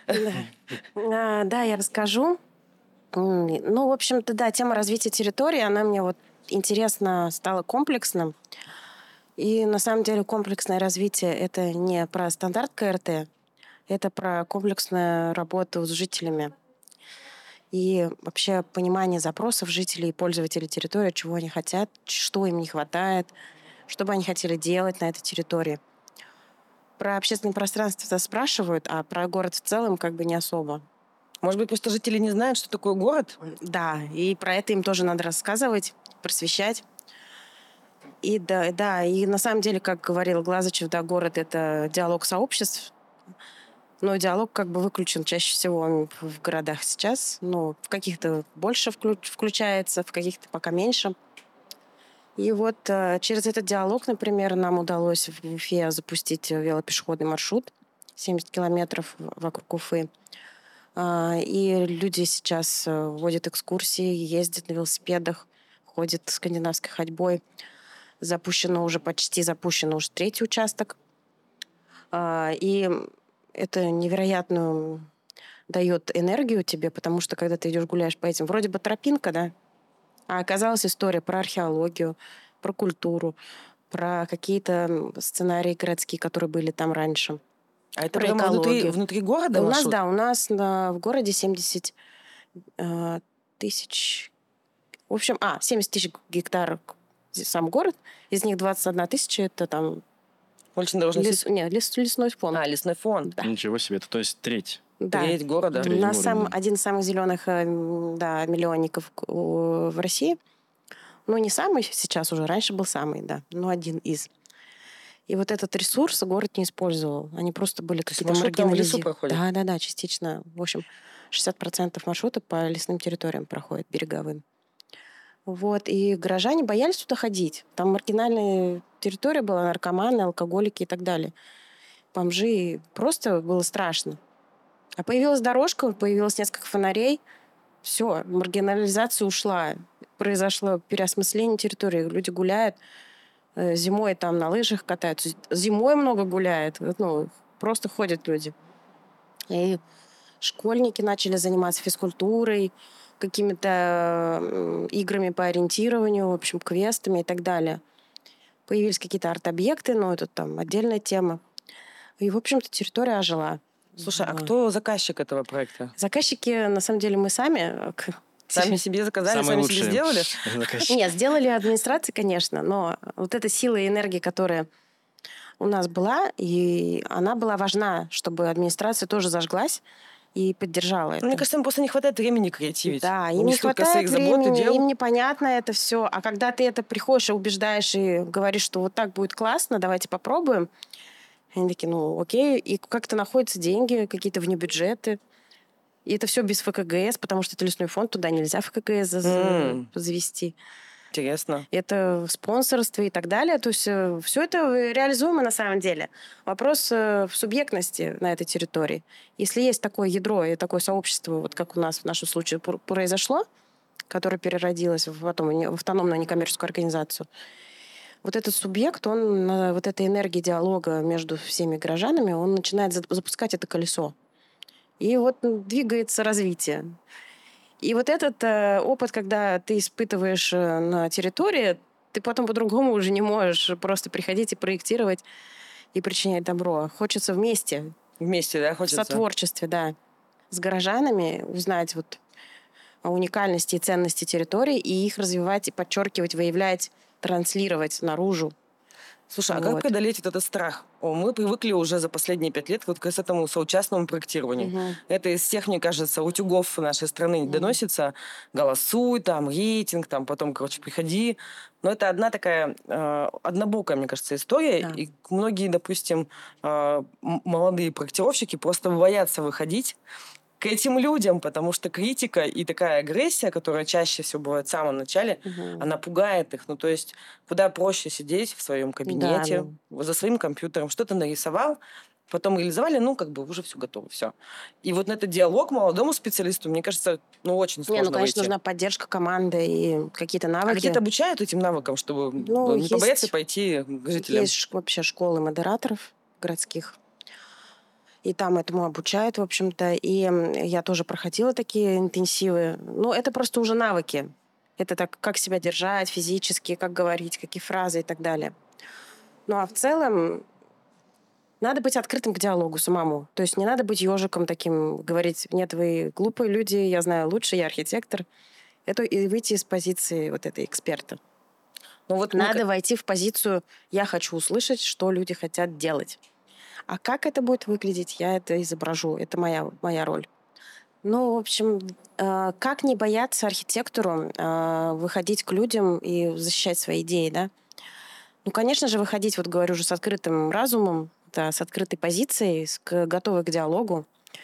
Да, я расскажу. Ну, в общем-то, да, тема развития территории, она мне вот интересна стала комплексным. И на самом деле комплексное развитие — это не про стандарт КРТ, это про комплексную работу с жителями. И вообще понимание запросов жителей и пользователей территории, чего они хотят, что им не хватает, что бы они хотели делать на этой территории. Про общественное пространство спрашивают, а про город в целом как бы не особо. Может быть, просто жители не знают, что такое город? Да, и про это им тоже надо рассказывать, просвещать. И да, и на самом деле, как говорил Глазычев, да, город — это диалог сообществ. Но диалог как бы выключен чаще всего в городах сейчас. Ну, в каких-то больше включается, в каких-то пока меньше. И вот через этот диалог, например, нам удалось в Уфе запустить велопешеходный маршрут 70 километров вокруг Уфы. И люди сейчас водят экскурсии, ездят на велосипедах, ходят скандинавской ходьбой. Почти запущен уже 3-й участок. И это невероятную дает энергию тебе, потому что когда ты идешь гуляешь по этим, вроде бы тропинка, да, а оказалась история про археологию, про культуру, про какие-то сценарии городские, которые были там раньше. А это прямо внутри города маршрут? У нас в городе 70 тысяч... В общем, 70 тысяч гектаров сам город, из них 21 тысяча это там... лесной фонд. Лесной фонд. Да. Ничего себе, это то есть треть. Да. Треть города. У нас один из самых зеленых миллионников в России. Ну, не самый сейчас уже, раньше был самый, да, но один из. И вот этот ресурс город не использовал. Они просто были какие-то маргинализированы. Да, частично. В общем, 60% маршрута по лесным территориям проходит, береговым. Вот. И горожане боялись туда ходить. Там маргинальная территория была, наркоманы, алкоголики и так далее. Бомжи. Просто было страшно. А появилась дорожка, появилось несколько фонарей. Все, маргинализация ушла. Произошло переосмысление территории. Люди гуляют. Зимой там на лыжах катаются. Зимой много гуляют. Просто ходят люди. И школьники начали заниматься физкультурой, какими-то играми по ориентированию, в общем, квестами и так далее. Появились какие-то арт-объекты, но это там отдельная тема. И, в общем-то, территория ожила. Слушай, а кто заказчик этого проекта? Заказчики, на самом деле, мы сами. Сами себе заказали, Самые сами себе сделали? Нет, сделали администрации, конечно, но вот эта сила и энергия, которая у нас была, и она была важна, чтобы администрация тоже зажглась и поддержала это. Мне кажется, им просто не хватает времени креативить. Да, им не хватает времени, им непонятно это все. А когда ты это приходишь и убеждаешь, и говоришь, что вот так будет классно, давайте попробуем, они такие, окей. И как-то находятся деньги, какие-то внебюджеты. И это все без ФКГС, потому что это лесной фонд, туда нельзя ФКГС завести. Интересно. Это спонсорство и так далее. То есть все это реализуемо на самом деле. Вопрос в субъектности на этой территории. Если есть такое ядро и такое сообщество, вот как у нас в нашем случае произошло, которое переродилось потом в автономную некоммерческую организацию, вот этот субъект, он вот этой энергии диалога между всеми горожанами, он начинает запускать это колесо. И вот двигается развитие. И вот этот опыт, когда ты испытываешь на территории, ты потом по-другому уже не можешь просто приходить и проектировать и причинять добро. Хочется вместе. Вместе, да, хочется? В сотворчестве, да. С горожанами узнать вот о уникальности и ценности территории и их развивать, и подчеркивать, выявлять, транслировать наружу. Слушай, а как преодолеть вот этот страх? Мы привыкли уже за последние 5 лет вот к этому соучастному проектированию. Это из всех, мне кажется, утюгов нашей страны доносится. Голосуй, там, рейтинг, там, потом, приходи. Но это одна такая однобокая, мне кажется, история. Да. И многие, допустим, молодые проектировщики просто боятся выходить к этим людям, потому что критика и такая агрессия, которая чаще всего бывает в самом начале, она пугает их. То есть куда проще сидеть в своем кабинете, за своим компьютером, что-то нарисовал, потом реализовали, уже все готово, все. И вот на этот диалог молодому специалисту, мне кажется, очень сложно конечно, выйти. Нужна поддержка команды и какие-то навыки. А где-то обучают этим навыкам, чтобы не побояться пойти к жителям? Есть вообще школы модераторов городских. И там этому обучают, в общем-то. И я тоже проходила такие интенсивы. Это просто уже навыки. Это так, как себя держать физически, как говорить, какие фразы и так далее. А в целом надо быть открытым к диалогу самому. То есть не надо быть ежиком таким, говорить, нет, вы глупые люди, я знаю лучше, я архитектор. Это и выйти из позиции вот этой эксперта. Надо войти в позицию «я хочу услышать, что люди хотят делать». А как это будет выглядеть, я это изображу. Это моя роль. В общем, как не бояться архитектору выходить к людям и защищать свои идеи, да? Конечно же, выходить, говорю же, с открытым разумом, да, с открытой позицией, готовой к диалогу.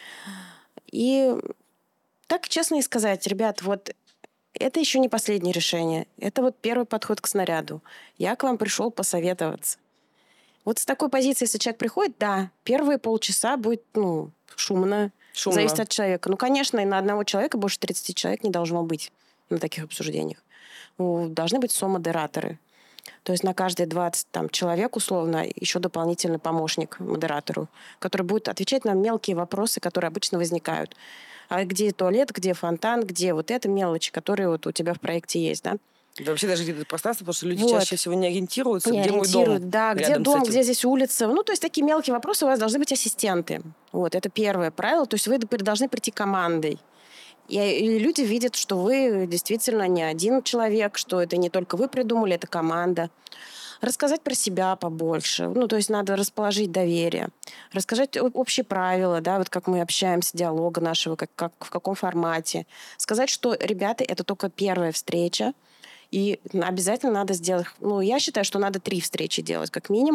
И так честно и сказать, ребят, это еще не последнее решение. Это первый подход к снаряду. Я к вам пришел посоветоваться. С такой позиции, если человек приходит, да, первые полчаса будет, шумно. Зависит от человека. Конечно, и на одного человека больше 30 человек не должно быть на таких обсуждениях. Должны быть со-модераторы. То есть на каждые 20 человек, условно, еще дополнительный помощник модератору, который будет отвечать на мелкие вопросы, которые обычно возникают. А где туалет, где фонтан, где это мелочи, которые у тебя в проекте есть, да? Да, вообще даже где-то пространство, потому что люди чаще всего не ориентируются, где мой дом. Да, где дом, где здесь улица. То есть такие мелкие вопросы, у вас должны быть ассистенты. Это первое правило. То есть вы должны прийти командой. И люди видят, что вы действительно не один человек, что это не только вы придумали, это команда. Рассказать про себя побольше. То есть надо расположить доверие. Рассказать общие правила, да, как мы общаемся, диалога нашего, как в каком формате. Сказать, что, ребята, это только первая встреча. И обязательно надо сделать... я считаю, что надо 3 встречи делать, как минимум.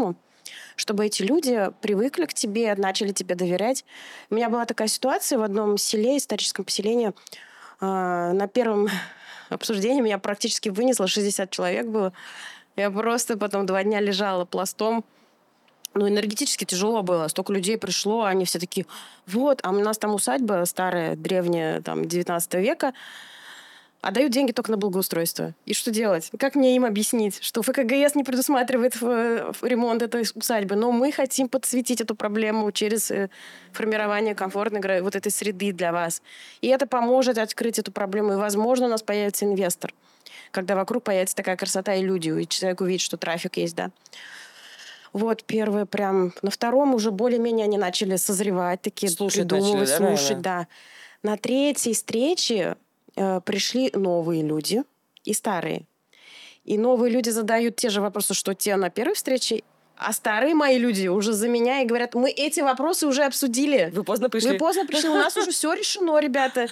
чтобы эти люди привыкли к тебе, начали тебе доверять. У меня была такая ситуация в одном селе, историческом поселении. На первом обсуждении меня практически вынесло, 60 человек было. Я просто потом 2 дня лежала пластом. Энергетически тяжело было. Столько людей пришло, они все такие, вот, а у нас там усадьба старая, древняя, там, 19 века, а дают деньги только на благоустройство. И что делать? Как мне им объяснить, что ФКГС не предусматривает ремонт этой усадьбы, но мы хотим подсветить эту проблему через формирование комфортной вот этой среды для вас. И это поможет открыть эту проблему. И, возможно, у нас появится инвестор, когда вокруг появится такая красота и люди, и человек увидит, что трафик есть, да. Вот первое прям. На втором уже более-менее они начали созревать, такие придумывать, слушать, да. На третьей встрече пришли новые люди и старые. И новые люди задают те же вопросы, что те на первой встрече, а старые мои люди уже за меня и говорят, мы эти вопросы уже обсудили. Вы поздно пришли. У нас уже все решено, ребята.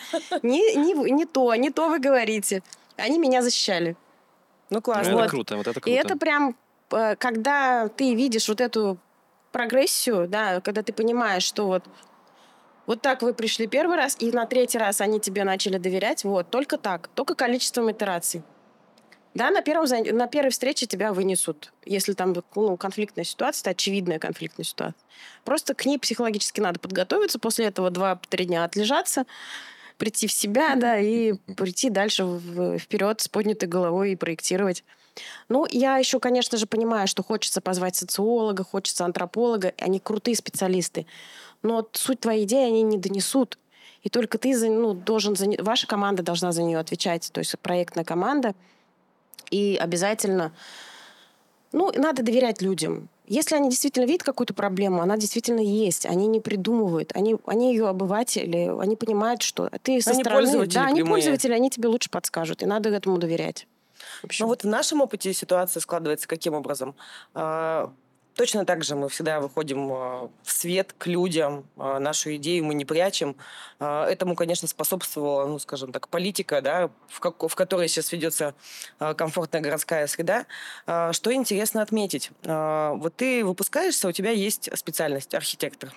Не то вы говорите. Они меня защищали. Классно. Это круто, вот это круто. И это прям, когда ты видишь вот эту прогрессию, да, когда ты понимаешь, что вот так вы пришли первый раз, и на третий раз они тебе начали доверять, только так, только количеством итераций. Да, на первой встрече тебя вынесут, если там конфликтная ситуация, очевидная конфликтная ситуация. Просто к ней психологически надо подготовиться, после этого 2-3 дня отлежаться, прийти в себя, да, и прийти дальше вперед с поднятой головой и проектировать. Я еще, конечно же, понимаю, что хочется позвать социолога, хочется антрополога, они крутые специалисты. Но суть твоей идеи они не донесут. И только ты ваша команда должна за нее отвечать, то есть проектная команда. И обязательно, надо доверять людям. Если они действительно видят какую-то проблему, она действительно есть. Они не придумывают. Они ее обыватели, они понимают, что ты со стороны... Пользователи да, они прямые. Пользователи, они тебе лучше подскажут. И надо этому доверять. В нашем опыте ситуация складывается каким образом? Точно так же мы всегда выходим в свет к людям, нашу идею мы не прячем. Этому, конечно, способствовала, скажем так, политика, да, в которой сейчас ведется комфортная городская среда. Что интересно отметить? Ты выпускаешься, у тебя есть специальность архитектор.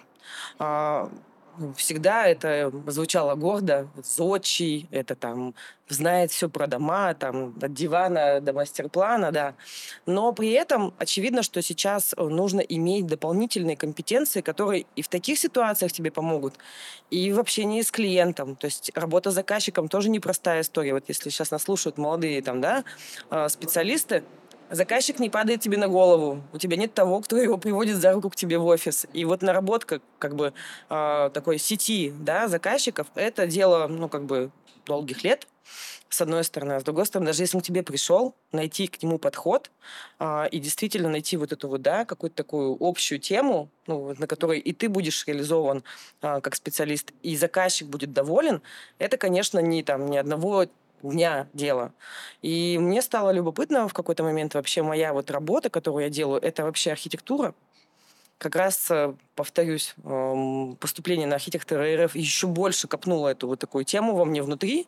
Всегда это звучало гордо, зодчий, это там знает все про дома, там от дивана до мастер-плана, да. Но при этом очевидно, что сейчас нужно иметь дополнительные компетенции, которые и в таких ситуациях тебе помогут, и в общении с клиентом. То есть работа с заказчиком тоже непростая история. Если сейчас нас слушают молодые специалисты, заказчик не падает тебе на голову. У тебя нет того, кто его приводит за руку к тебе в офис. И наработка такой сети, да, заказчиков, это дело, долгих лет, с одной стороны. А с другой стороны, даже если он к тебе пришел, найти к нему подход и действительно найти какую-то такую общую тему, на которой и ты будешь реализован как специалист, и заказчик будет доволен, это, конечно, не одного дня дело. И мне стало любопытно в какой-то момент вообще моя работа, которую я делаю, это вообще архитектура. Как раз, повторюсь, поступление на архитектора РФ еще больше копнуло эту такую тему во мне внутри.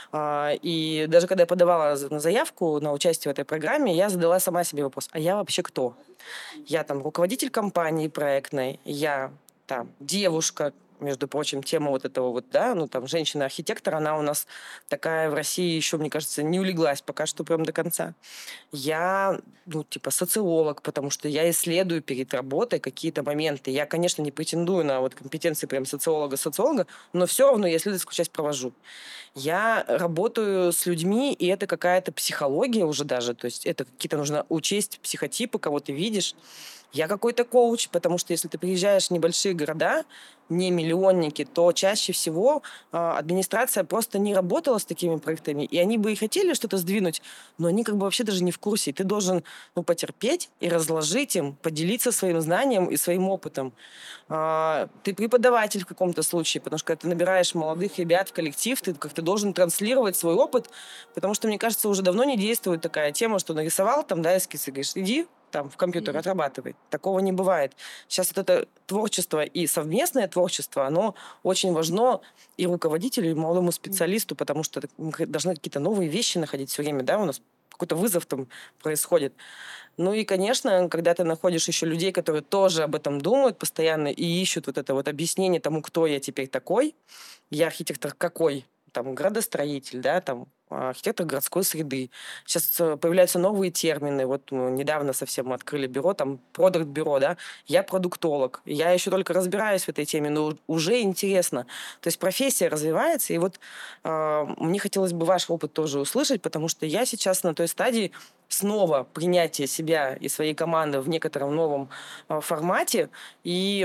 И даже когда я подавала заявку на участие в этой программе, я задала сама себе вопрос, а я вообще кто? Я руководитель компании проектной, я девушка, между прочим, тема этого женщина-архитектор, она у нас такая в России еще, мне кажется, не улеглась пока что прям до конца. Я, социолог, потому что я исследую перед работой какие-то моменты. Я, конечно, не претендую на компетенции прям социолога, но все равно я исследовательскую часть провожу. Я работаю с людьми, и это какая-то психология уже даже, то есть это какие-то нужно учесть психотипы, кого ты видишь. Я какой-то коуч, потому что если ты приезжаешь в небольшие города, не миллионники, то чаще всего администрация просто не работала с такими проектами, и они бы и хотели что-то сдвинуть, но они вообще даже не в курсе. И ты должен потерпеть и разложить им, поделиться своим знанием и своим опытом. Ты преподаватель в каком-то случае, потому что когда ты набираешь молодых ребят в коллектив, ты как-то должен транслировать свой опыт, потому что, мне кажется, уже давно не действует такая тема, что нарисовал эскиз и говоришь, иди в компьютер отрабатывай. Такого не бывает. Сейчас это творчество и совместное творчество, оно очень важно и руководителю, и молодому специалисту, потому что мы должны какие-то новые вещи находить все время, да, у нас какой-то вызов там происходит. Ну и, конечно, когда ты находишь еще людей, которые тоже об этом думают постоянно и ищут вот это вот объяснение тому, кто я теперь такой, я архитектор какой, там, градостроитель, да, там, архитектор городской среды. Сейчас появляются новые термины. Вот недавно совсем мы открыли бюро, там, продакт-бюро, да. Я продуктолог. Я еще только разбираюсь в этой теме, но уже интересно. То есть профессия развивается, и вот мне хотелось бы ваш опыт тоже услышать, потому что я сейчас на той стадии снова принятия себя и своей команды в некотором новом формате. И,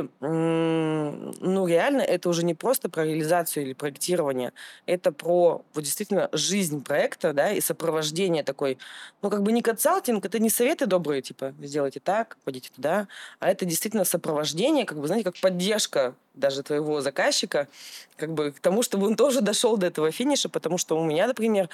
ну, реально, это уже не просто про реализацию или проектирование, это про вот действительно жизнь проекта, да, и сопровождение такой, ну, как бы не консалтинг, это не советы добрые, типа, сделайте так, пойдите туда, а это действительно сопровождение, как бы, знаете, как поддержка даже твоего заказчика, как бы к тому, чтобы он тоже дошел до этого финиша, потому что у меня, например,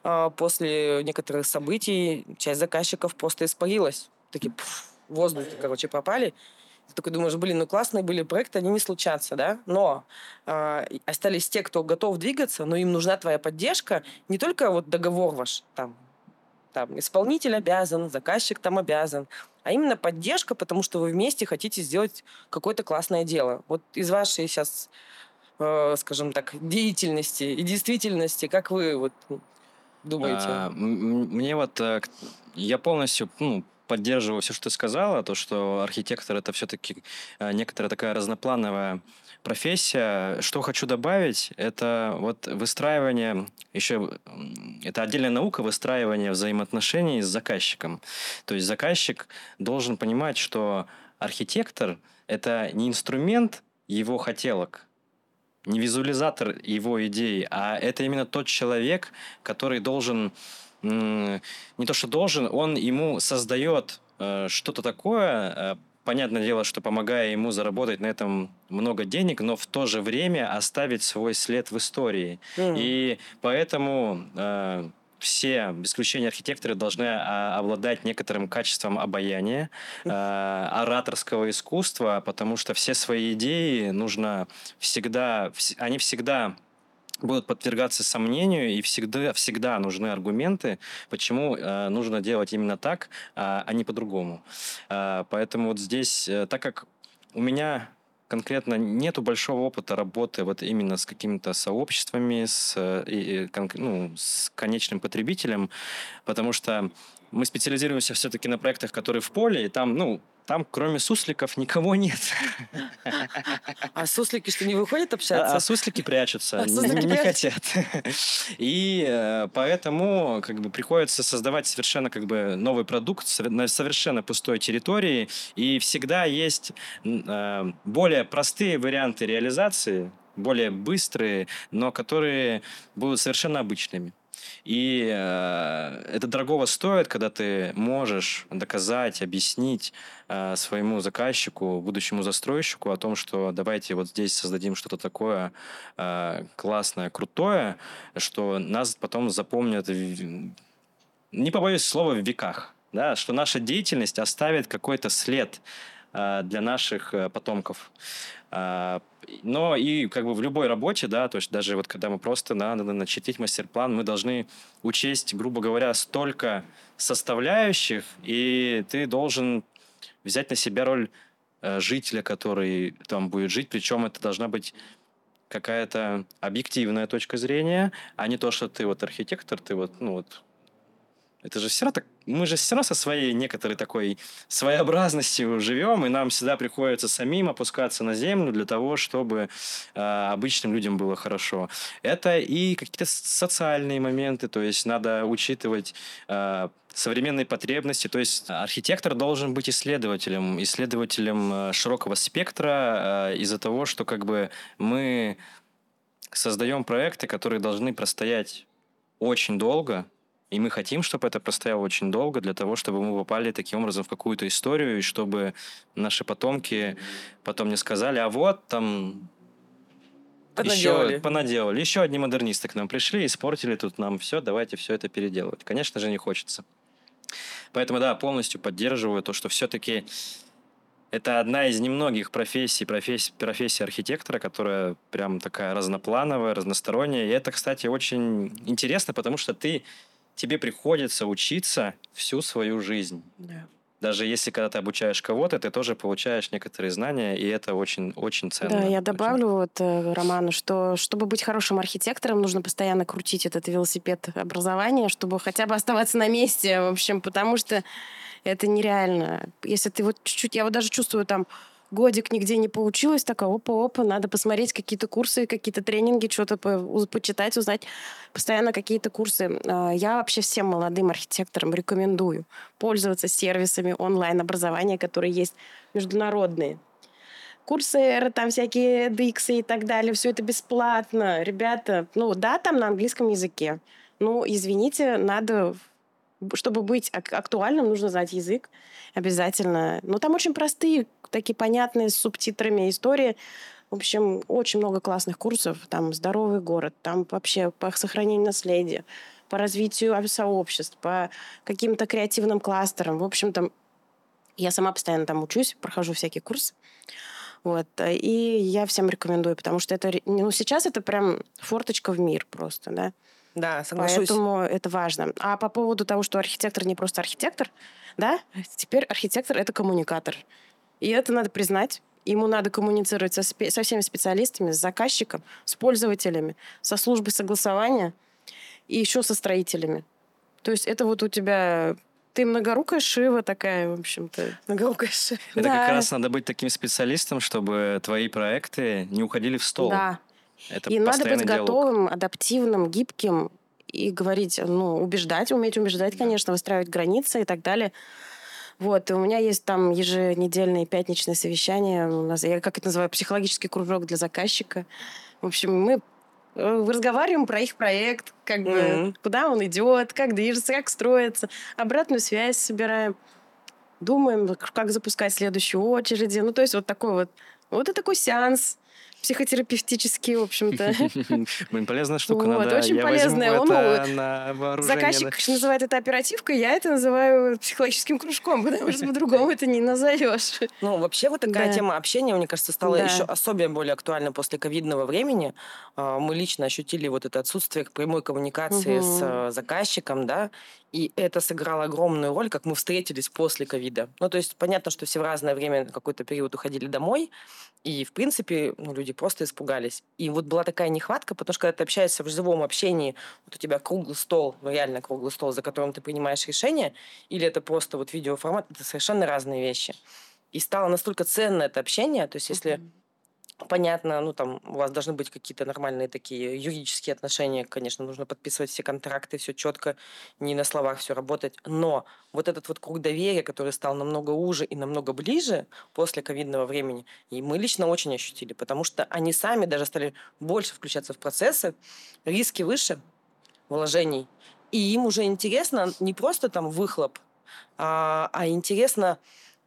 после некоторых событий часть заказчиков просто испарилась. Такие в воздухе, короче, пропали. Ты такой думаешь, блин, ну классные были проекты, они не случатся, да? Но остались те, кто готов двигаться, но им нужна твоя поддержка, не только вот договор ваш, там исполнитель обязан, заказчик там обязан, а именно поддержка, потому что вы вместе хотите сделать какое-то классное дело. Вот из вашей сейчас, скажем так, деятельности и действительности, как вы вот думаете? Мне вот... Я полностью поддерживаю все, что ты сказала, то, что архитектор — это все-таки некоторая такая разноплановая профессия. Что хочу добавить, это вот выстраивание, еще это отдельная наука выстраивания взаимоотношений с заказчиком. То есть заказчик должен понимать, что архитектор — это не инструмент его хотелок, не визуализатор его идей, а это именно тот человек, который должен, не то что должен, он ему создает что-то такое, понятное дело, что помогая ему заработать на этом много денег, но в то же время оставить свой след в истории. И поэтому все, без исключения архитекторы, должны обладать некоторым качеством обаяния, ораторского искусства, потому что все свои идеи нужно всегда, они всегда будут подвергаться сомнению, и всегда нужны аргументы, почему нужно делать именно так, а не по-другому. Поэтому вот здесь, так как у меня конкретно нету большого опыта работы вот именно с какими-то сообществами, с конечным потребителем, потому что мы специализируемся все-таки на проектах, которые в поле, и там кроме сусликов никого нет. А суслики что, не выходят общаться? А суслики прячутся, не хотят. И поэтому как бы приходится создавать совершенно как бы новый продукт на совершенно пустой территории. И всегда есть более простые варианты реализации, более быстрые, но которые будут совершенно обычными. И это дорогого стоит, когда ты можешь доказать, объяснить своему заказчику, будущему застройщику о том, что давайте вот здесь создадим что-то такое классное, крутое, что нас потом запомнят, не побоюсь слова, в веках, да, что наша деятельность оставит какой-то след для наших потомков. Но и как бы в любой работе, да, то есть даже вот когда мы просто надо начертить мастер-план, мы должны учесть, грубо говоря, столько составляющих, и ты должен взять на себя роль жителя, который там будет жить, причем это должна быть какая-то объективная точка зрения, а не то, что ты вот архитектор, ты вот, это же все равно так, мы же все равно со своей некоторой такой своеобразностью живем, и нам всегда приходится самим опускаться на землю для того, чтобы обычным людям было хорошо. Это и какие-то социальные моменты, то есть надо учитывать современные потребности, то есть архитектор должен быть исследователем широкого спектра из-за того, что как бы мы создаем проекты, которые должны простоять очень долго. И мы хотим, чтобы это простояло очень долго, для того, чтобы мы попали таким образом в какую-то историю, и чтобы наши потомки потом не сказали, а вот там понаделали. Еще одни модернисты к нам пришли, испортили тут нам все, давайте все это переделывать. Конечно же, не хочется. Поэтому, да, полностью поддерживаю то, что все-таки это одна из немногих профессий архитектора, которая прям такая разноплановая, разносторонняя. И это, кстати, очень интересно, потому что ты тебе приходится учиться всю свою жизнь. Да. Даже если когда ты обучаешь кого-то, ты тоже получаешь некоторые знания, и это очень-очень ценно. Да, я Очень. добавлю Роману, что чтобы быть хорошим архитектором, нужно постоянно крутить этот велосипед образования, чтобы хотя бы оставаться на месте, в общем, потому что это нереально. Если ты вот чуть-чуть, я вот даже чувствую там, годик нигде не получилось, так, опа, надо посмотреть какие-то курсы, какие-то тренинги, что-то почитать, узнать. Постоянно какие-то курсы. Я вообще всем молодым архитекторам рекомендую пользоваться сервисами онлайн-образования, которые есть международные. Курсы, там всякие DX и так далее, все это бесплатно. Ребята, там на английском языке. Извините, надо, чтобы быть актуальным, нужно знать язык обязательно. Но там очень простые, такие понятные, с субтитрами истории. В общем, очень много классных курсов. Там «Здоровый город», там вообще по сохранению наследия, по развитию сообществ, по каким-то креативным кластерам. В общем, там я сама постоянно там учусь, прохожу всякие курсы. Вот. И я всем рекомендую, потому что это, сейчас это прям форточка в мир просто, да. Да, соглашусь. Поэтому это важно. А по поводу того, что архитектор не просто архитектор, да, теперь архитектор — это коммуникатор. И это надо признать. Ему надо коммуницировать со всеми специалистами, с заказчиком, с пользователями, со службой согласования и еще со строителями. То есть это вот у тебя... Ты многорукая Шива такая, в общем-то. Многорукая Шива. Это как раз надо быть таким специалистом, чтобы твои проекты не уходили в стол. Да. Это и надо быть диалог. готовым, адаптивным, гибким и говорить, уметь убеждать, конечно, выстраивать границы и так далее. Вот, и у меня есть там еженедельные пятничные совещания. У нас, я как это называю, психологический кружок для заказчика. В общем, мы разговариваем про их проект, как бы, куда он идет, как движется, как строится. Обратную связь собираем. Думаем, как запускать следующую очередь. То есть вот такой вот. Вот и такой сеанс психотерапевтический, в общем-то. Блин, полезная штука, надо. Очень Я полезная. возьму это на вооружение. Заказчик называет это оперативкой, я это называю психологическим кружком, потому что по-другому это не назовешь. Вообще вот такая тема общения, мне кажется, стала еще особенно более актуальна после ковидного времени. Мы лично ощутили вот это отсутствие прямой коммуникации с заказчиком, да, и это сыграло огромную роль, как мы встретились после ковида. То есть понятно, что все в разное время на какой-то период уходили домой, и, в принципе, люди просто испугались. И вот была такая нехватка, потому что когда ты общаешься в живом общении, вот у тебя круглый стол, реально круглый стол, за которым ты принимаешь решения, или это просто вот видеоформат, это совершенно разные вещи. И стало настолько ценно это общение, то есть если... Понятно, там у вас должны быть какие-то нормальные такие юридические отношения, конечно, нужно подписывать все контракты, все четко, не на словах все работать, но вот этот вот круг доверия, который стал намного уже и намного ближе после ковидного времени, и мы лично очень ощутили, потому что они сами даже стали больше включаться в процессы, риски выше вложений, и им уже интересно не просто там выхлоп, а интересно,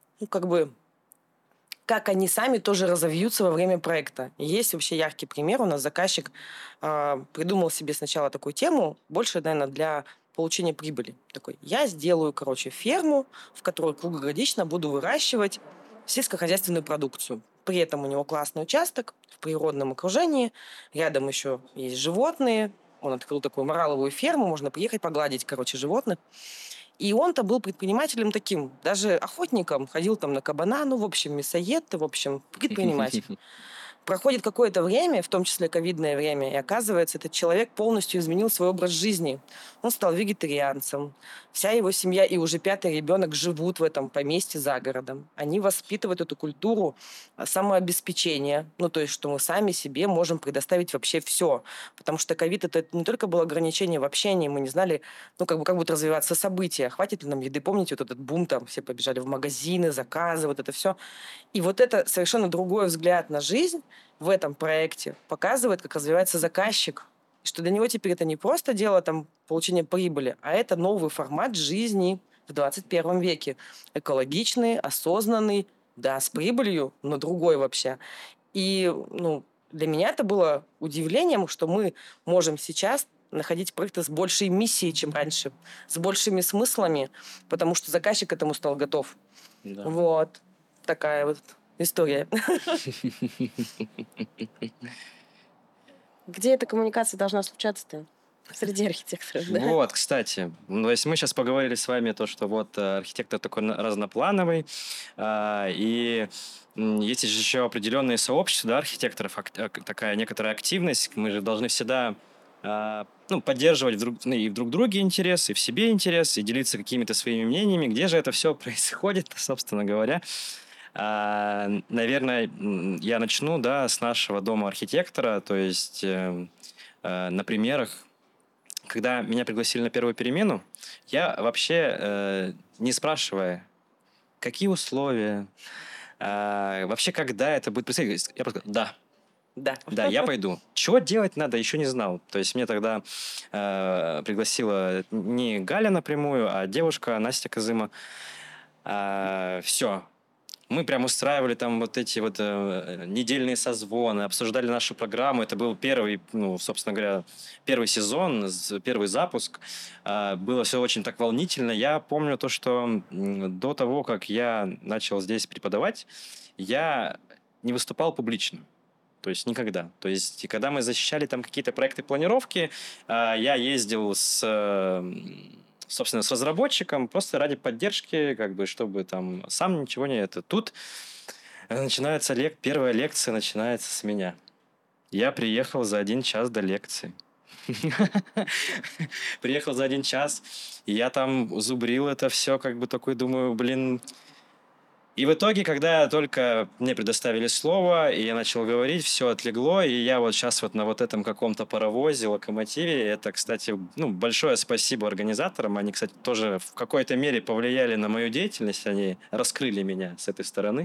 как они сами тоже разовьются во время проекта. И есть вообще яркий пример. У нас заказчик придумал себе сначала такую тему, больше, наверное, для получения прибыли. Такой, я сделаю, ферму, в которой круглогодично буду выращивать сельскохозяйственную продукцию. При этом у него классный участок в природном окружении, рядом еще есть животные. Он открыл такую мораловую ферму, можно приехать погладить, животных. И он-то был предпринимателем таким, даже охотником, ходил там на кабана, в общем, мясоед, в общем, предприниматель. Проходит какое-то время, в том числе ковидное время, и оказывается, этот человек полностью изменил свой образ жизни. Он стал вегетарианцем. Вся его семья и уже 5-й ребенок живут в этом поместье за городом. Они воспитывают эту культуру самообеспечения. То есть, что мы сами себе можем предоставить вообще все. Потому что ковид — это не только было ограничение в общении, мы не знали, как будут развиваться события. Хватит ли нам еды? Помните, вот этот бум, там все побежали в магазины, заказы, вот это все. И вот это совершенно другой взгляд на жизнь в этом проекте показывает, как развивается заказчик. И что для него теперь это не просто дело получения прибыли, а это новый формат жизни в 21 веке. Экологичный, осознанный, да, с прибылью, но другой вообще. И для меня это было удивлением, что мы можем сейчас находить проекты с большей миссией, чем раньше, с большими смыслами, потому что заказчик к этому стал готов. Да. Вот. Такая вот история. Где эта коммуникация должна случаться-то? Среди архитекторов, да. Вот, кстати, то есть мы сейчас поговорили с вами то, что вот архитектор такой разноплановый, и есть же еще определенные сообщества, да, архитекторов, такая некоторая активность. Мы же должны всегда поддерживать и в друг друге интерес, и в себе интерес, и делиться какими-то своими мнениями. Где же это все происходит, собственно говоря? Наверное, я начну, да, с нашего дома архитектора, то есть на примерах. Когда меня пригласили на первую перемену, я вообще, не спрашивая, какие условия, вообще, когда это будет происходить, я просто сказал, да, я пойду. Чего делать надо, еще не знал. То есть мне тогда пригласила не Галя напрямую, а девушка Настя Козыма. Все. Мы прям устраивали там вот эти вот недельные созвоны, обсуждали нашу программу. Это был первый, собственно говоря, первый сезон, первый запуск. Было все очень так волнительно. Я помню то, что до того, как я начал здесь преподавать, я не выступал публично. То есть никогда. То есть когда мы защищали там какие-то проекты планировки, я ездил собственно, с разработчиком, просто ради поддержки, как бы, чтобы там сам ничего не это. Тут начинается первая лекция начинается с меня. Я приехал за 1 час до лекции. Приехал за 1 час, и я там зубрил это все, как бы такой, думаю, блин. И в итоге, когда только мне предоставили слово, и я начал говорить, все отлегло, и я вот сейчас вот на вот этом каком-то паровозе, локомотиве, это, кстати, большое спасибо организаторам, они, кстати, тоже в какой-то мере повлияли на мою деятельность, они раскрыли меня с этой стороны,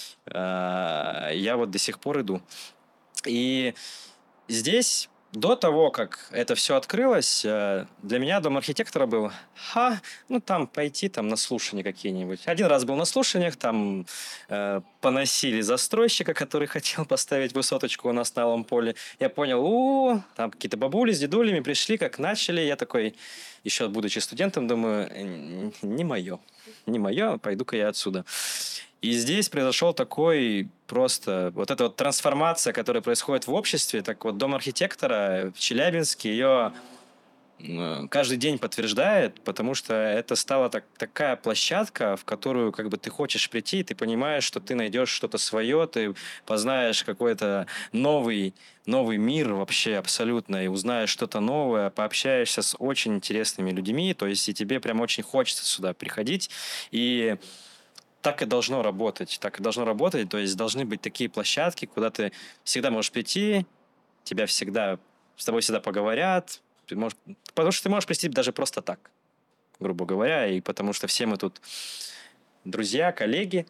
я вот до сих пор иду. И здесь... До того, как это все открылось, для меня дом архитектора был, там пойти там на слушания какие-нибудь. 1 раз был на слушаниях, там поносили застройщика, который хотел поставить высоточку у нас на Алом поле. Я понял, там какие-то бабули с дедулями пришли, как начали. Я такой, еще будучи студентом, думаю, не мое, пойду-ка я отсюда. И здесь произошел такой просто... Вот эта вот трансформация, которая происходит в обществе. Так вот, дом архитектора в Челябинске ее каждый день подтверждает, потому что это стала такая площадка, в которую как бы ты хочешь прийти, ты понимаешь, что ты найдешь что-то свое, ты познаешь какой-то новый мир вообще абсолютно, и узнаешь что-то новое, пообщаешься с очень интересными людьми, то есть и тебе прям очень хочется сюда приходить. И... Так и должно работать. То есть должны быть такие площадки, куда ты всегда можешь прийти, с тобой всегда поговорят, потому что ты можешь прийти даже просто так, грубо говоря, и потому что все мы тут друзья, коллеги,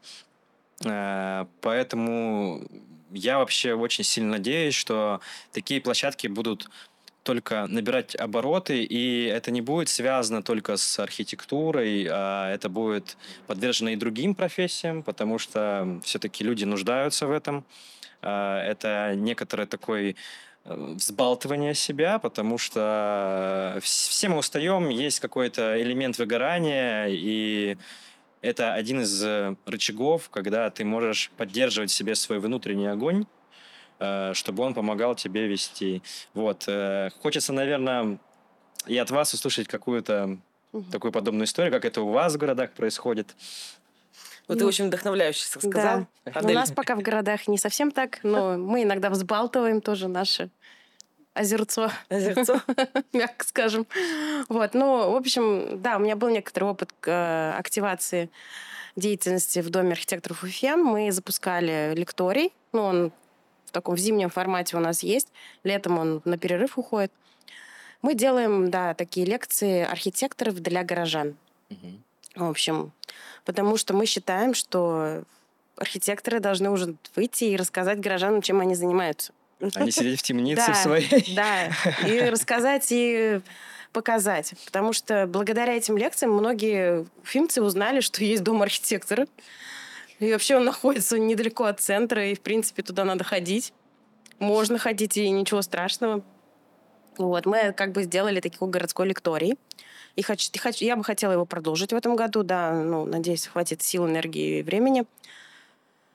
поэтому я вообще очень сильно надеюсь, что такие площадки будут только набирать обороты, и это не будет связано только с архитектурой, а это будет подвержено и другим профессиям, потому что все-таки люди нуждаются в этом. Это некоторое такое взбалтывание себя, потому что все мы устаем, есть какой-то элемент выгорания, и это один из рычагов, когда ты можешь поддерживать в себе свой внутренний огонь, чтобы он помогал тебе вести. Вот. Хочется, наверное, и от вас услышать какую-то такую подобную историю, как это у вас в городах происходит. Ты очень вдохновляюще рассказал. Да. У нас пока в городах не совсем так, но мы иногда взбалтываем тоже наше озерцо, мягко скажем. Вот. В общем, да, у меня был некоторый опыт активации деятельности в Доме архитекторов Уфе. Мы запускали лекторий. Он в таком зимнем формате у нас есть. Летом он на перерыв уходит. Мы делаем, такие лекции архитекторов для горожан. В общем, потому что мы считаем, что архитекторы должны уже выйти и рассказать горожанам, чем они занимаются. Они сидят в темнице своей. Да, и рассказать, и показать. Потому что благодаря этим лекциям многие уфимцы узнали, что есть дом архитектора. И вообще он находится недалеко от центра, и, в принципе, туда надо ходить. Можно ходить, и ничего страшного. Вот. Мы как бы сделали такой городской лекторий. И я бы хотела его продолжить в этом году. Да, надеюсь, хватит сил, энергии и времени.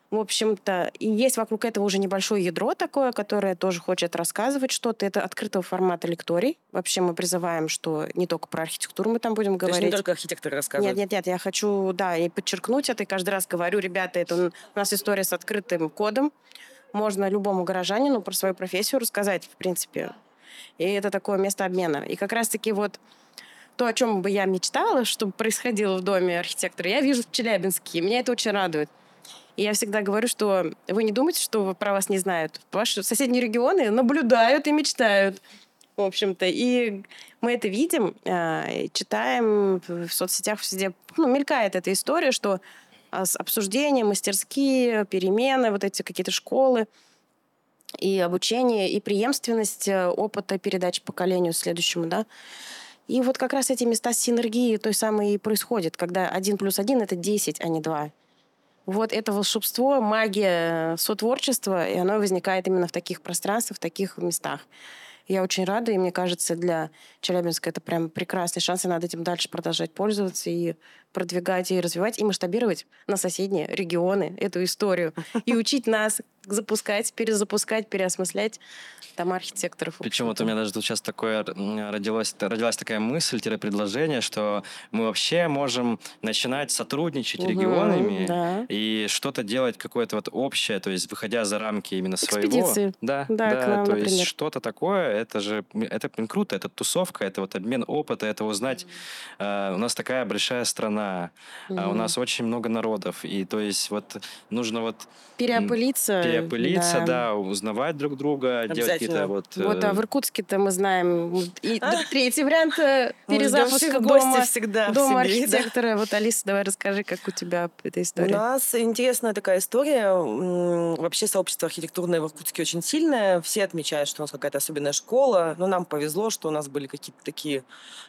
В общем-то, и есть вокруг этого уже небольшое ядро такое, которое тоже хочет рассказывать что-то. Это открытого формата лекторий. Вообще мы призываем, что не только про архитектуру мы там будем говорить. То есть не только архитекторы рассказывают? Нет, я хочу, да, и подчеркнуть это, и каждый раз говорю, ребята, это у нас история с открытым кодом. Можно любому горожанину про свою профессию рассказать, в принципе. И это такое место обмена. И как раз-таки вот то, о чем бы я мечтала, чтобы происходило в доме архитектора, я вижу в Челябинске. И меня это очень радует. И я всегда говорю, что вы не думайте, что про вас не знают. Ваши соседние регионы наблюдают и мечтают, в общем-то. И мы это видим, читаем в соцсетях, везде мелькает эта история, что обсуждения, мастерские, перемены, вот эти какие-то школы, и обучение, и преемственность опыта передачи поколению следующему, да. И вот как раз эти места синергии той самой и происходят, когда 1+1 — это 10, а не 2. Вот это волшебство, магия сотворчества, и оно возникает именно в таких пространствах, в таких местах. Я очень рада, и мне кажется, для Челябинска это прям прекрасный шанс, и надо этим дальше продолжать пользоваться и продвигать, и развивать, и масштабировать на соседние регионы эту историю. И учить нас запускать, перезапускать, переосмыслять дома архитекторов. Причем вот у меня даже тут сейчас родилась такая мысль-предложение, что мы вообще можем начинать сотрудничать регионами, да. и что-то делать какое-то вот общее, то есть выходя за рамки именно своего. Экспедиции. Да, к нам, то например. есть что-то такое, это круто, это тусовка, это вот обмен опыта, это узнать. У нас такая большая страна, у нас очень много народов, и то есть вот нужно вот переопылиться, да, узнавать друг друга, делать какие-то вот... Вот, а в Иркутске-то мы знаем и третий вариант перезапуска дома архитектора. Вот, Алиса, давай расскажи, как у тебя эта история. У нас интересная такая история. Вообще сообщество архитектурное в Иркутске очень сильное. Все отмечают, что у нас какая-то особенная школа. Но нам повезло, что у нас были какие-то такие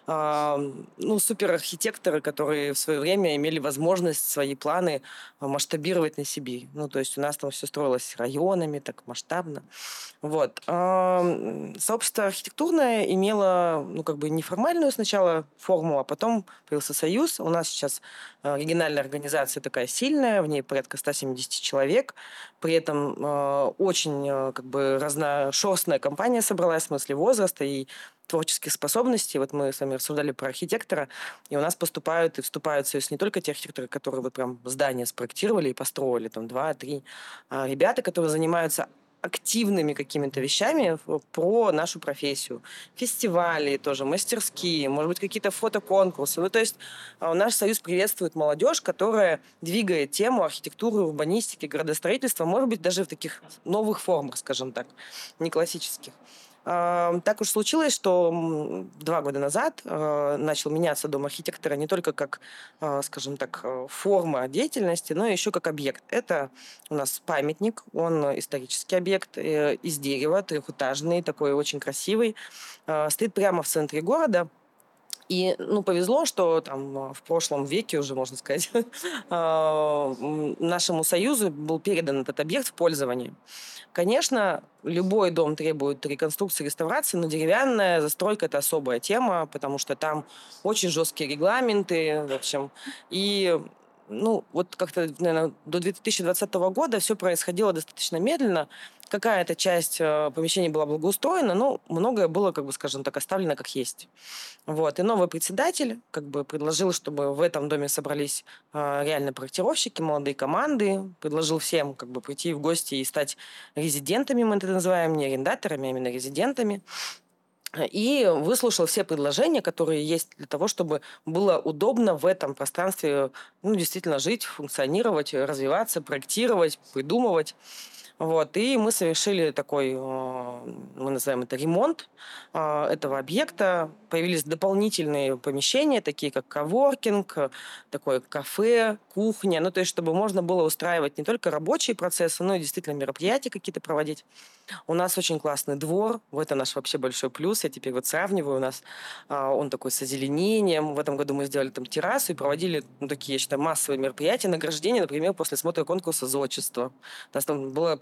суперархитекторы, которые в свое время имели возможность свои планы масштабировать на себе. То есть у нас там все строилось районами, так масштабно. Вот. Сообщество архитектурное имело, неформальную сначала форму, а потом появился союз. У нас сейчас региональная организация такая сильная, в ней порядка 170 человек. При этом очень разношерстная компания собралась в смысле возраста и творческих способностей. Вот мы с вами рассуждали про архитектора, и у нас поступают и вступают в союз не только те архитекторы, которые вот прям здание спроектировали и построили, там 2-3, а ребята, которые занимаются активными какими-то вещами про нашу профессию. Фестивали тоже, мастерские, может быть, какие-то фотоконкурсы. То есть наш союз приветствует молодежь, которая двигает тему архитектуры, урбанистики, градостроительства, может быть, даже в таких новых формах, скажем так, не классических. Так уж случилось, что 2 года назад начал меняться дом архитектора не только как, скажем так, форма деятельности, но еще как объект. Это у нас памятник, он исторический объект из дерева, трехэтажный, такой очень красивый, стоит прямо в центре города. И, повезло, что там в прошлом веке уже, можно сказать, нашему союзу был передан этот объект в пользование. Конечно, любой дом требует реконструкции, реставрации, но деревянная застройка – это особая тема, потому что там очень жесткие регламенты, в общем. И вот как-то, наверное, до 2020 года все происходило достаточно медленно. Какая-то часть помещений была благоустроена, но многое было, скажем так, оставлено как есть. Вот. И новый председатель предложил, чтобы в этом доме собрались реально проектировщики, молодые команды, предложил всем прийти в гости и стать резидентами, мы это называем, не арендаторами, а именно резидентами. И выслушал все предложения, которые есть для того, чтобы было удобно в этом пространстве действительно жить, функционировать, развиваться, проектировать, придумывать. Вот. И мы совершили такой, мы называем это ремонт этого объекта. Появились дополнительные помещения, такие как коворкинг, такое кафе, кухня. То есть, чтобы можно было устраивать не только рабочие процессы, но и действительно мероприятия какие-то проводить. У нас очень классный двор. В этом наш вообще большой плюс. Я теперь сравниваю. У нас он такой с озеленением. В этом году мы сделали там террасу и проводили такие, я считаю, массовые мероприятия, награждения, например, после смотра конкурса зодчества. У нас там было примерно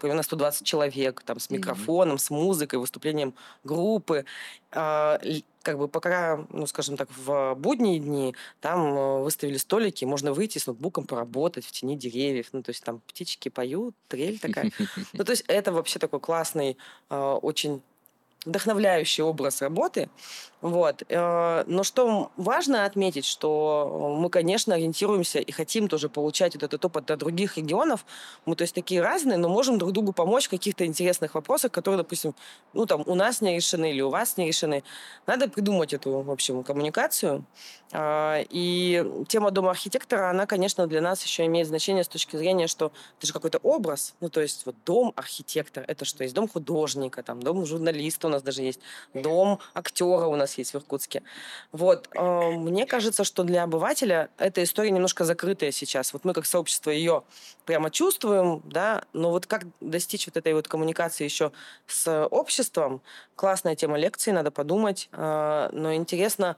примерно 120 человек, там, с микрофоном, с музыкой, выступлением группы. Как бы пока, ну, скажем так, в будние дни там выставили столики, можно выйти с ноутбуком поработать в тени деревьев. Ну, то есть там птички поют, трель такая. Ну, то есть это вообще такой классный, очень вдохновляющий образ работы. Вот. Но что важно отметить, что мы, конечно, ориентируемся и хотим тоже получать вот этот опыт от других регионов. Мы, то есть, такие разные, но можем друг другу помочь в каких-то интересных вопросах, которые, допустим, ну, там, у нас не решены или у вас не решены. Надо придумать эту, в общем, коммуникацию. И тема дома архитектора, она, конечно, для нас еще имеет значение с точки зрения, что это же какой-то образ. Ну, то есть, вот дом архитектора, это что? Есть дом художника, там, дом журналиста у нас даже есть, дом актера у нас есть в Иркутске. Вот. Мне кажется, что для обывателя эта история немножко закрытая сейчас. Вот мы как сообщество ее прямо чувствуем, да, но вот как достичь вот этой вот коммуникации еще с обществом? Классная тема лекции, надо подумать. Но интересно,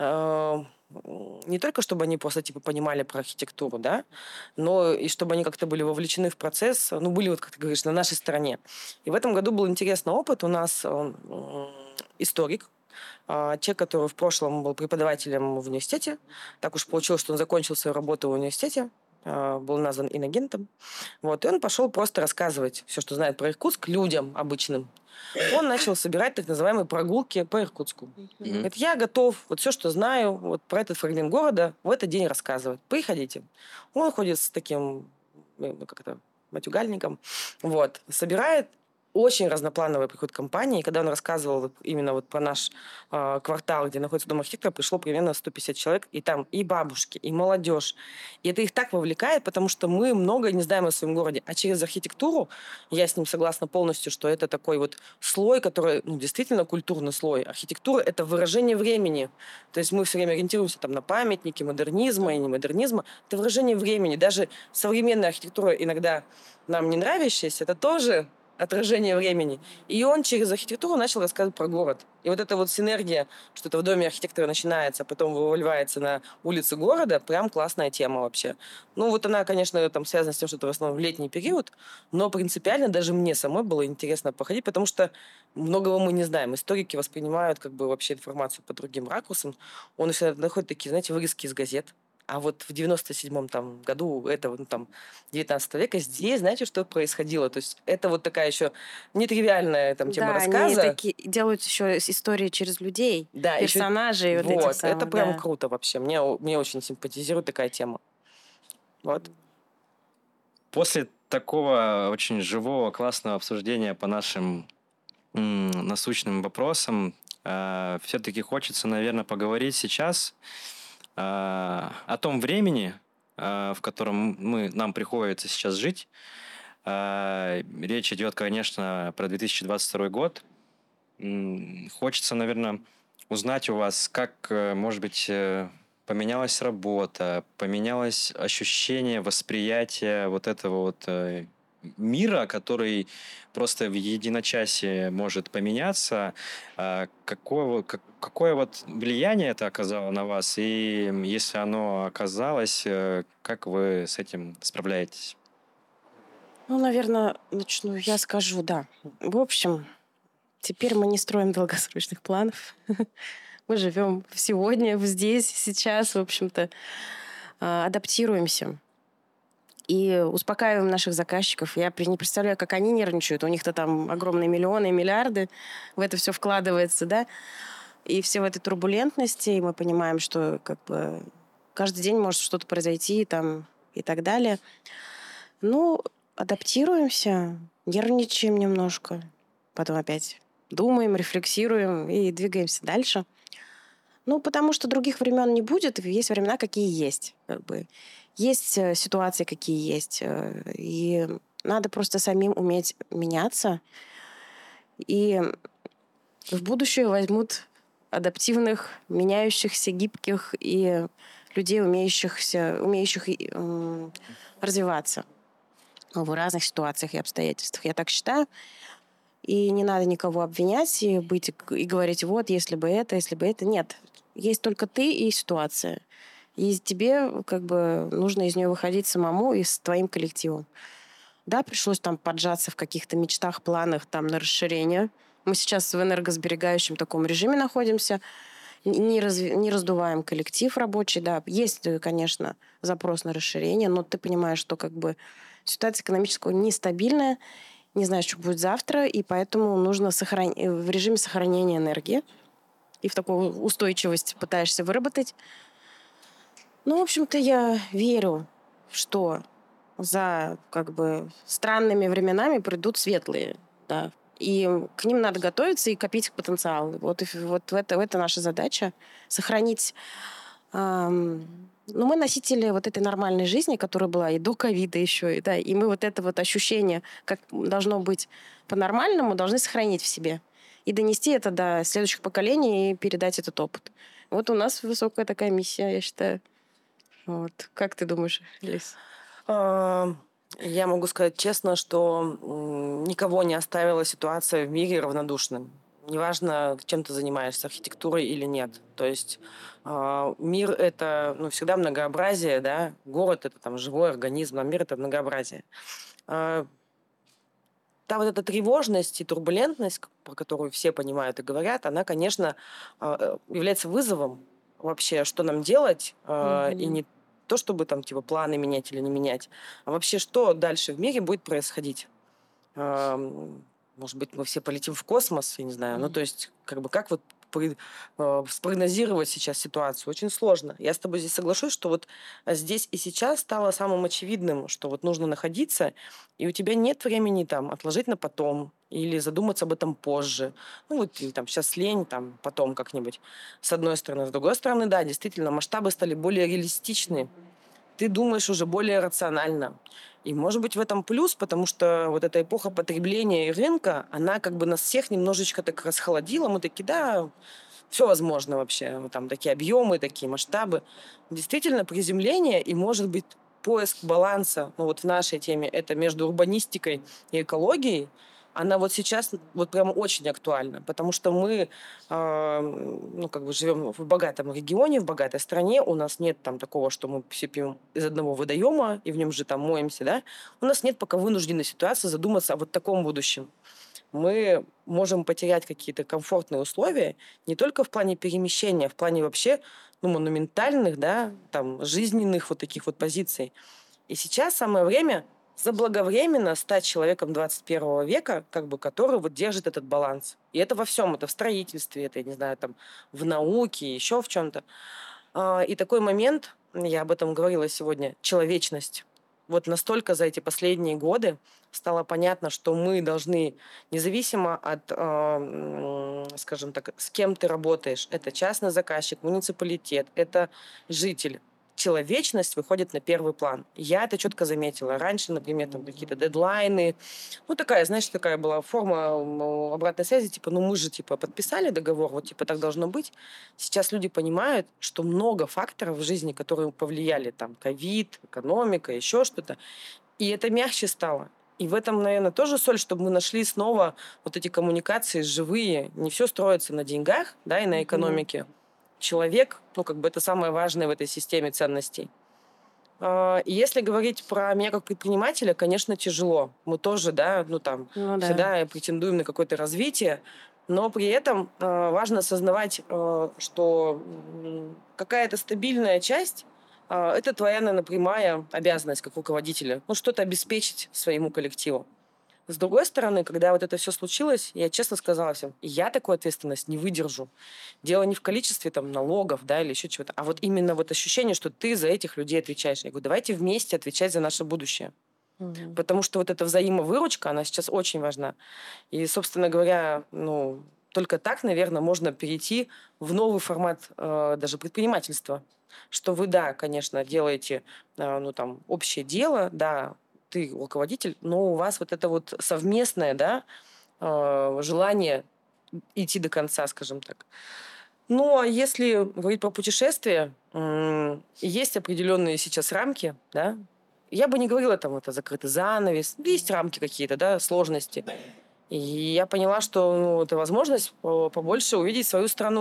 не только чтобы они просто типа понимали про архитектуру, да, но и чтобы они как-то были вовлечены в процесс, ну, были, вот как ты говоришь, на нашей стороне. И в этом году был интересный опыт. У нас историк, человек, который в прошлом был преподавателем в университете. Так уж получилось, что он закончил свою работу в университете, был назван инагентом. Вот, и он пошел просто рассказывать все, что знает про Иркутск, людям обычным. Он начал собирать так называемые прогулки по Иркутску. Говорит, я готов вот все, что знаю вот про этот фрагмент города, в этот день рассказывать. Приходите. Он ходит с таким, матюгальником, вот, собирает. Очень разноплановый приход компании. И когда он рассказывал именно вот про наш квартал, где находится дом архитектора, пришло примерно 150 человек. И там и бабушки, и молодежь. И это их так вовлекает, потому что мы много не знаем о своем городе. А через архитектуру, я с ним согласна полностью, что это такой вот слой, который, ну, действительно культурный слой. Архитектура — это выражение времени. То есть мы все время ориентируемся там на памятники модернизма и не модернизма. Это выражение времени. Даже современная архитектура, иногда нам не нравящаяся, это тоже отражение времени. И он через архитектуру начал рассказывать про город. И вот эта вот синергия, что это в доме архитектора начинается, а потом вываливается на улицы города, прям классная тема вообще. Ну вот она, конечно, там связана с тем, что это в основном в летний период, но принципиально даже мне самой было интересно походить, потому что многого мы не знаем. Историки воспринимают как бы вообще информацию по другим ракурсам. Он всегда находит такие, знаете, вырезки из газет. А вот в 97-м там году этого, ну, там, 19 века здесь, знаете, что происходило? То есть это вот такая еще нетривиальная там тема рассказа. Они такие, делают еще истории через людей, да, персонажей. Еще... Вот, самых, это прям круто вообще. Мне очень симпатизирует такая тема. Вот. После такого очень живого, классного обсуждения по нашим насущным вопросам, все-таки хочется, наверное, поговорить сейчас о том времени, в котором нам приходится сейчас жить. Речь идет, конечно, про 2022 год. Хочется, наверное, узнать у вас, как, может быть, поменялась работа, поменялось ощущение, восприятие вот этого вот мира, который просто в единочасье может поменяться. Какое вот влияние это оказало на вас? И если оно оказалось, как вы с этим справляетесь? Ну, наверное, начну, я скажу, да. В общем, теперь мы не строим долгосрочных планов. Мы живем сегодня, здесь, сейчас, в общем-то, адаптируемся. И успокаиваем наших заказчиков. Я не представляю, как они нервничают. У них-то там огромные миллионы и миллиарды в это все вкладывается, да. И все в этой турбулентности, и мы понимаем, что как бы каждый день может что-то произойти там, и так далее. Ну, адаптируемся, нервничаем немножко, потом опять думаем, рефлексируем и двигаемся дальше. Ну, потому что других времен не будет, есть времена, какие есть. Как бы. Есть ситуации, какие есть. И надо просто самим уметь меняться. И в будущее возьмут адаптивных, меняющихся, гибких и людей, умеющих развиваться в разных ситуациях и обстоятельствах. Я так считаю. И не надо никого обвинять и говорить, вот, если бы это. Нет. Есть только ты и ситуация. И тебе как бы нужно из нее выходить самому и с твоим коллективом. Да, пришлось там поджаться в каких-то мечтах, планах там на расширение. Мы сейчас в энергосберегающем таком режиме находимся, не раздуваем коллектив рабочий, да. Есть, конечно, запрос на расширение, но ты понимаешь, что как бы ситуация экономическая нестабильная, не знаешь, что будет завтра, и поэтому нужно в режиме сохранения энергии и в такую устойчивость пытаешься выработать. Ну, в общем-то, я верю, что за как бы странными временами придут светлые, да. И к ним надо готовиться и копить потенциал. Вот в это наша задача. Сохранить... Ну, мы носители вот этой нормальной жизни, которая была и до ковида еще, и, да, и мы вот это вот ощущение, как должно быть по-нормальному, должны сохранить в себе. И донести это до следующих поколений и передать этот опыт. Вот у нас высокая такая миссия, я считаю. Вот. Как ты думаешь, Лиз? Я могу сказать честно, что никого не оставила ситуация в мире равнодушным. Неважно, чем ты занимаешься, архитектурой или нет. То есть мир — это всегда многообразие, да? Город — это там живой организм, а мир — это многообразие. Та вот эта тревожность и турбулентность, про которую все понимают и говорят, она, конечно, является вызовом вообще, что нам делать, и не то, чтобы там типа планы менять или не менять, а вообще, что дальше в мире будет происходить. Может быть, мы все полетим в космос, я не знаю. Ну, то есть, как бы, как вот спрогнозировать сейчас ситуацию очень сложно. Я с тобой здесь соглашусь, что вот здесь и сейчас стало самым очевидным, что вот нужно находиться, и у тебя нет времени там отложить на потом или задуматься об этом позже. Ну вот или там сейчас лень, там потом как-нибудь. С одной стороны. С другой стороны, да, действительно, масштабы стали более реалистичны. Ты думаешь уже более рационально. И может быть в этом плюс, потому что вот эта эпоха потребления и рынка, она как бы нас всех немножечко так расхолодила. Мы такие, да, все возможно вообще. Там такие объемы, такие масштабы. Действительно, приземление и, может быть, поиск баланса, ну вот в нашей теме, это между урбанистикой и экологией, она вот сейчас вот прямо очень актуальна, потому что мы как бы живем в богатом регионе, в богатой стране, у нас нет там такого, что мы все пьем из одного водоема и в нем же там моемся, да, у нас нет пока вынужденной ситуации задуматься о вот таком будущем. Мы можем потерять какие-то комфортные условия не только в плане перемещения, в плане вообще монументальных, да, там, жизненных вот таких вот позиций. И сейчас самое время заблаговременно стать человеком 21 века, как бы, который вот держит этот баланс. И это во всем, это в строительстве, это, я не знаю, там, в науке, еще в чем-то. И такой момент, я об этом говорила сегодня, человечность. Вот настолько за эти последние годы стало понятно, что мы должны, независимо от, скажем так, с кем ты работаешь, это частный заказчик, муниципалитет, это житель, человечность выходит на первый план. Я это четко заметила. Раньше, например, там какие-то дедлайны. Ну, такая, знаешь, такая была форма обратной связи, типа, мы же, типа, подписали договор, вот, типа, так должно быть. Сейчас люди понимают, что много факторов в жизни, которые повлияли, там, ковид, экономика, еще что-то. И это мягче стало. И в этом, наверное, тоже соль, чтобы мы нашли снова вот эти коммуникации живые. Не все строится на деньгах, да, и на экономике. Человек, как бы это самое важное в этой системе ценностей. И если говорить про меня как предпринимателя, конечно, тяжело. Мы тоже, да, всегда претендуем на какое-то развитие, но при этом важно осознавать, что какая-то стабильная часть это твоя, наверное, прямая обязанность как руководителя. Что-то обеспечить своему коллективу. С другой стороны, когда вот это все случилось, я честно сказала всем, я такую ответственность не выдержу. Дело не в количестве там налогов, да, или еще чего-то, а вот именно вот ощущение, что ты за этих людей отвечаешь. Я говорю, давайте вместе отвечать за наше будущее. Потому что вот эта взаимовыручка, она сейчас очень важна. И, собственно говоря, только так, наверное, можно перейти в новый формат даже предпринимательства. Что вы, да, конечно, делаете общее дело, да, ты руководитель, но у вас вот это вот совместное, да, желание идти до конца, скажем так. Ну, а если говорить про путешествия, есть определенные сейчас рамки, да. Я бы не говорила, там, это закрытый занавес. Есть рамки какие-то, да, сложности. И я поняла, что это возможность побольше увидеть свою страну.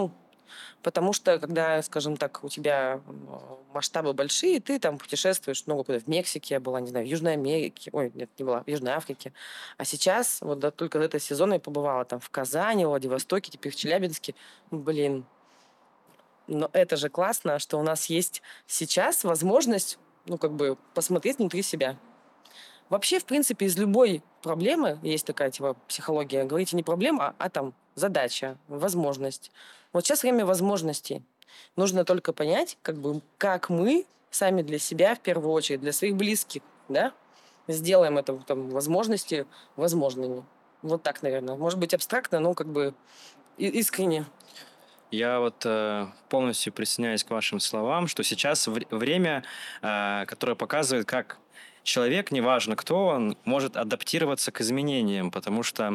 Потому что, когда, скажем так, у тебя масштабы большие, ты там путешествуешь много куда. В Мексике я была, не знаю, в Южной Америке. Ой, нет, не была, в Южной Африке. А сейчас, вот да, только этот сезон я побывала там в Казани, в Владивостоке, теперь в Челябинске. Блин, но это же классно, что у нас есть сейчас возможность, посмотреть внутри себя. Вообще, в принципе, из любой проблемы, есть такая типа психология, говорите не проблема, а там задача, возможность. Вот сейчас время возможностей. Нужно только понять, как мы сами для себя, в первую очередь, для своих близких, да, сделаем это возможности возможными. Вот так, наверное. Может быть, абстрактно, но искренне. Я полностью присоединяюсь к вашим словам, что сейчас время, которое показывает, как человек, неважно кто он, может адаптироваться к изменениям, потому что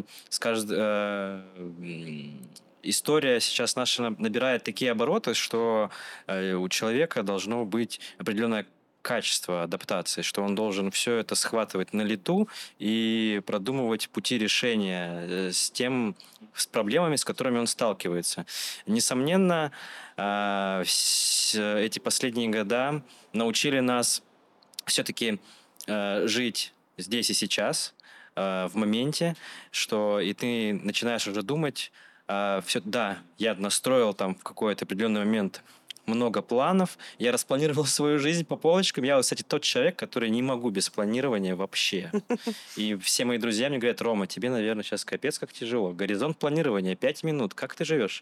история сейчас наша набирает такие обороты, что у человека должно быть определенное качество адаптации, что он должен все это схватывать на лету и продумывать пути решения с проблемами, с которыми он сталкивается. Несомненно, эти последние года научили нас все-таки жить здесь и сейчас, в моменте, что и ты начинаешь уже думать, я настроил там в какой-то определенный момент много планов, я распланировал свою жизнь по полочкам. Я, кстати, тот человек, который не могу без планирования вообще. И все мои друзья мне говорят: Рома, тебе, наверное, сейчас капец как тяжело. Горизонт планирования 5 минут. Как ты живешь?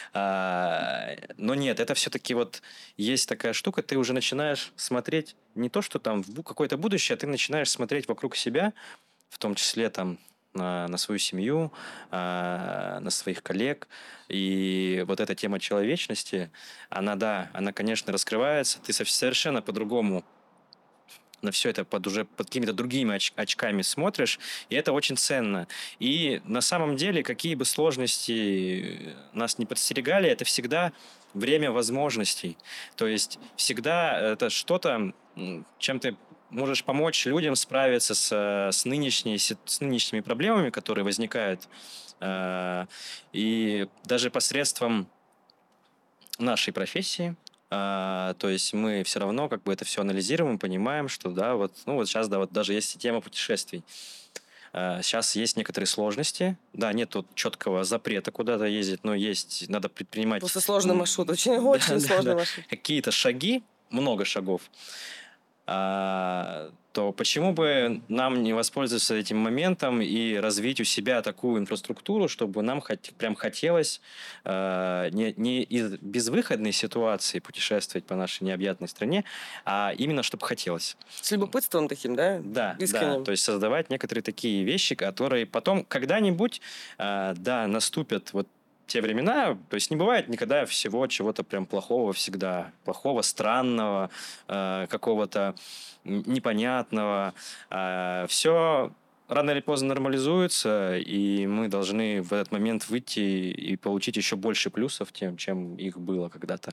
Но нет, это все-таки есть такая штука, ты уже начинаешь смотреть не то, что там в какое-то будущее, а ты начинаешь смотреть вокруг себя, в том числе там на свою семью, на своих коллег. И вот эта тема человечности, она, конечно, раскрывается. Ты совершенно по-другому на все это под какими-то другими очками смотришь, и это очень ценно. И на самом деле, какие бы сложности нас не подстерегали, это всегда время возможностей. То есть всегда это что-то, чем ты можешь помочь людям справиться с нынешними проблемами, которые возникают. И даже посредством нашей профессии. То есть мы все равно это все анализируем и понимаем, что сейчас даже есть тема путешествий. Сейчас есть некоторые сложности. Да, нет четкого запрета куда-то ездить, но надо предпринимать... Просто сложный маршрут, очень сложный маршрут. Какие-то шаги, много шагов. То почему бы нам не воспользоваться этим моментом и развить у себя такую инфраструктуру, чтобы нам прям хотелось не из безвыходной ситуации путешествовать по нашей необъятной стране, а именно чтобы хотелось. С любопытством таким, да? Да, искренним. Да. То есть создавать некоторые такие вещи, которые потом когда-нибудь наступят те времена, то есть не бывает никогда всего чего-то прям плохого всегда, плохого, странного, какого-то непонятного. Все рано или поздно нормализуется, и мы должны в этот момент выйти и получить еще больше плюсов, чем их было когда-то.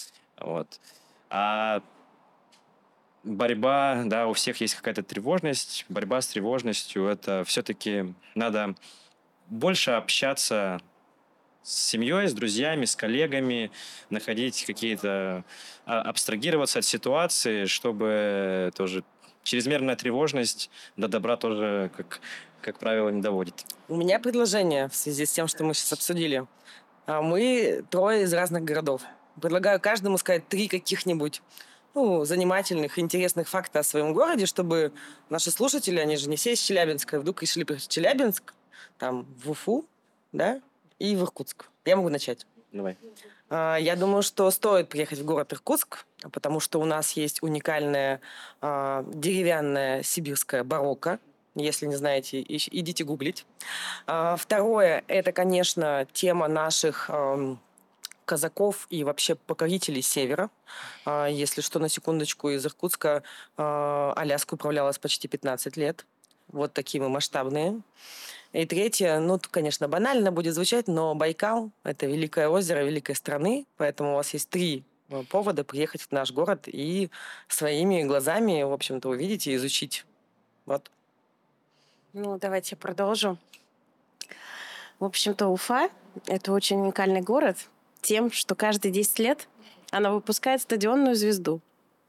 А борьба, у всех есть какая-то тревожность. Борьба с тревожностью — это все-таки надо больше общаться с семьей, с друзьями, с коллегами, находить какие-то... абстрагироваться от ситуации, чтобы тоже чрезмерная тревожность до добра тоже, как правило, не доводит. У меня предложение в связи с тем, что мы сейчас обсудили. Мы 3 из разных городов. Предлагаю каждому сказать 3 каких-нибудь занимательных, интересных факта о своем городе, чтобы наши слушатели, они же не все из Челябинска, вдруг решили приехать в Челябинск, там, в Уфу, да, и в Иркутск. Я могу начать. Давай. Я думаю, что стоит приехать в город Иркутск, потому что у нас есть уникальная деревянная сибирская барокко. Если не знаете, идите гуглить. Второе, это, конечно, тема наших казаков и вообще покорителей севера. Если что, на секундочку, из Иркутска Аляской управлялась почти 15 лет. Вот такие мы масштабные. И третье, конечно, банально будет звучать, но Байкал — это великое озеро великой страны, поэтому у вас есть 3 повода приехать в наш город и своими глазами, в общем-то, увидеть и изучить. Вот. Давайте я продолжу. В общем-то, Уфа — это очень уникальный город, тем, что каждые 10 лет она выпускает стадионную звезду.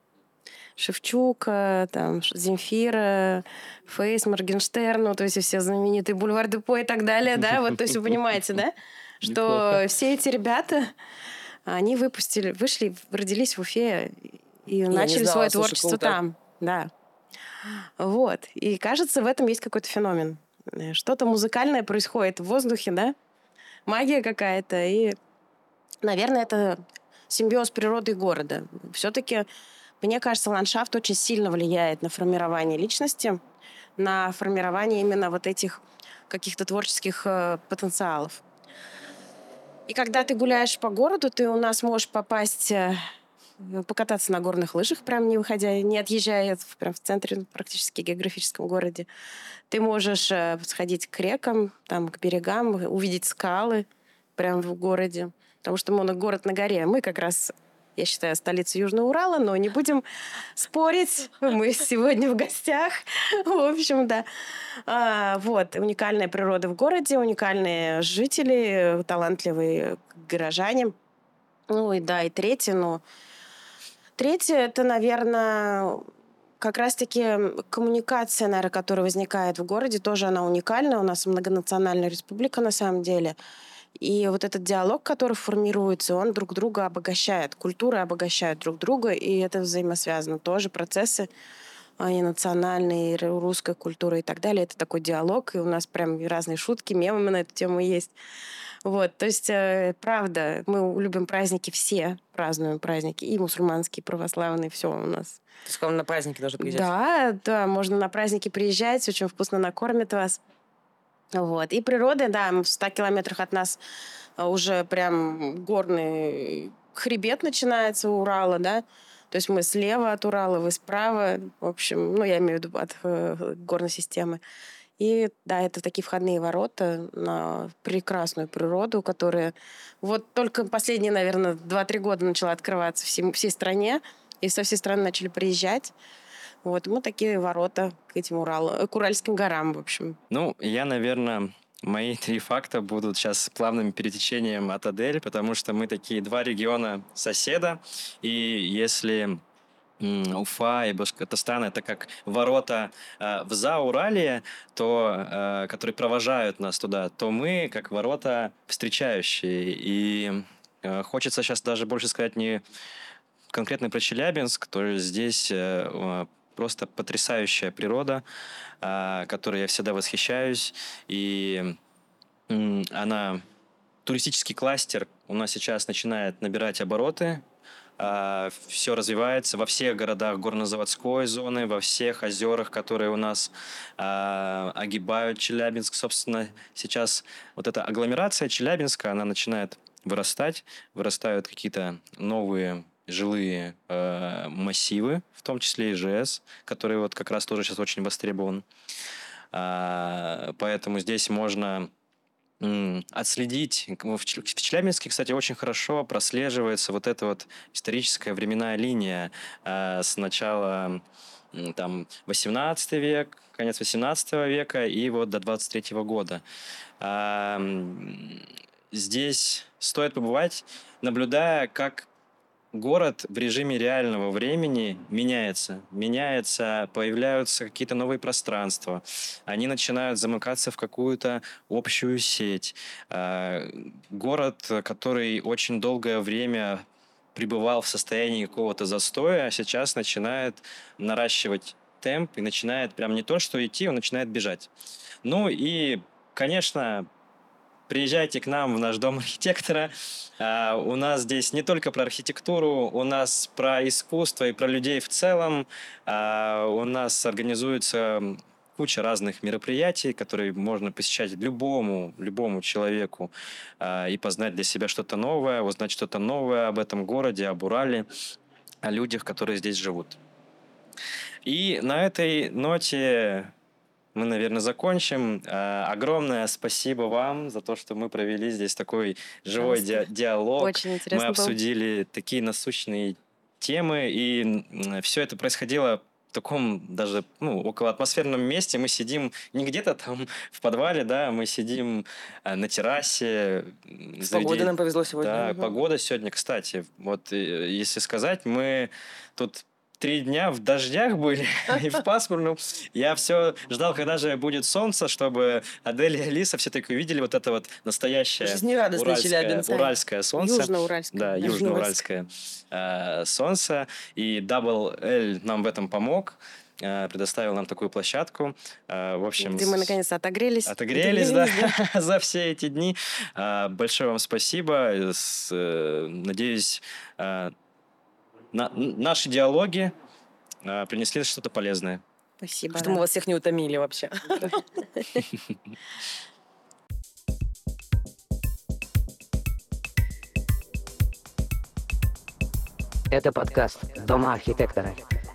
Шевчук, там, Земфира, Фейс, Моргенштерн, ну, то есть все знаменитые Бульвар Депо и так далее, да, вот, то есть вы понимаете, да, что все эти ребята, они вышли, родились в Уфе и начали свое творчество там, да. Вот, и кажется, в этом есть какой-то феномен. Что-то музыкальное происходит в воздухе, да, магия какая-то, и, наверное, это симбиоз природы и города. Все-таки мне кажется, ландшафт очень сильно влияет на формирование личности, на формирование именно вот этих каких-то творческих потенциалов. И когда ты гуляешь по городу, ты у нас можешь попасть, покататься на горных лыжах, прям не выходя, не отъезжая прям в центре, практически географическом городе. Ты можешь сходить к рекам, там, к берегам, увидеть скалы прям в городе. Потому что мы город на горе. Мы как раз... Я считаю, столица Южного Урала, но не будем спорить. Мы сегодня в гостях. В общем, да. Вот. Уникальная природа в городе, уникальные жители, талантливые горожане. Ну и да, и третье, это, наверное, как раз-таки коммуникация, наверное, которая возникает в городе, тоже она уникальна. У нас многонациональная республика на самом деле. И вот этот диалог, который формируется, он друг друга обогащает. Культуры обогащают друг друга, и это взаимосвязано. Тоже процессы и национальные, и русская культура и так далее. Это такой диалог, и у нас прям разные шутки, мемы на эту тему есть. Вот, то есть, правда, мы любим праздники, все празднуем праздники, и мусульманские, и православные, все у нас. То есть к вам на праздники даже приезжать? Да, можно на праздники приезжать, очень вкусно накормят вас. Вот. И природа, да, в 100 километрах от нас уже прям горный хребет начинается у Урала, да. То есть мы слева от Урала, вы справа. В общем, я имею в виду от горной системы. И да, это такие входные ворота на прекрасную природу, которая вот только последние, наверное, 2-3 года начала открываться всей стране. И со всей страны начали приезжать. Вот, мы такие ворота к этим к Уральским горам, в общем. Я, наверное, мои 3 факта будут сейчас плавным перетечением от Адель, потому что мы такие 2 региона соседа, и если Уфа и Башкортостан — это как ворота в Зауралье, которые провожают нас туда, то мы как ворота встречающие. И хочется сейчас даже больше сказать не конкретно про Челябинск, то есть здесь просто потрясающая природа, которой я всегда восхищаюсь. И туристический кластер у нас сейчас начинает набирать обороты. Все развивается во всех городах горнозаводской зоны, во всех озерах, которые у нас огибают Челябинск. Собственно, сейчас вот эта агломерация Челябинска, она начинает вырастать. Вырастают какие-то новые жилые массивы, в том числе ИЖС, который вот как раз тоже сейчас очень востребован. Поэтому здесь можно отследить. В Челябинске, кстати, очень хорошо прослеживается вот эта вот историческая временная линия с начала 18 век, конец 18 века и вот до 23 года. Здесь стоит побывать, наблюдая, как город в режиме реального времени меняется. Появляются какие-то новые пространства. Они начинают замыкаться в какую-то общую сеть. Город, который очень долгое время пребывал в состоянии какого-то застоя, а сейчас начинает наращивать темп и начинает прям не то что идти, он начинает бежать. И, конечно, приезжайте к нам в наш дом архитектора. У нас здесь не только про архитектуру, у нас про искусство и про людей в целом. У нас организуется куча разных мероприятий, которые можно посещать любому человеку и познать для себя что-то новое, узнать что-то новое об этом городе, об Урале, о людях, которые здесь живут. И на этой ноте мы, наверное, закончим. Огромное спасибо вам за то, что мы провели здесь такой живой диалог. Очень интересно мы обсудили такие насущные темы, и все это происходило в таком даже, около атмосферном месте. Мы сидим не где-то там в подвале, да, мы сидим на террасе. С погодой нам повезло сегодня. Да, погода сегодня, кстати, вот если сказать, мы тут 3 дня в дождях были и в пасмурном. Я все ждал, когда же будет солнце, чтобы Адель и Алиса все-таки увидели вот это вот настоящее уральское солнце. Южноуральское. Да, южноуральское солнце. И Double L нам в этом помог. Предоставил нам такую площадку. В общем, где мы наконец-то отогрелись. Отогрелись, да, за все эти дни. Большое вам спасибо. Надеюсь, наши диалоги принесли что-то полезное. Спасибо. Что мы вас всех не утомили вообще. Это подкаст «Дома архитектора».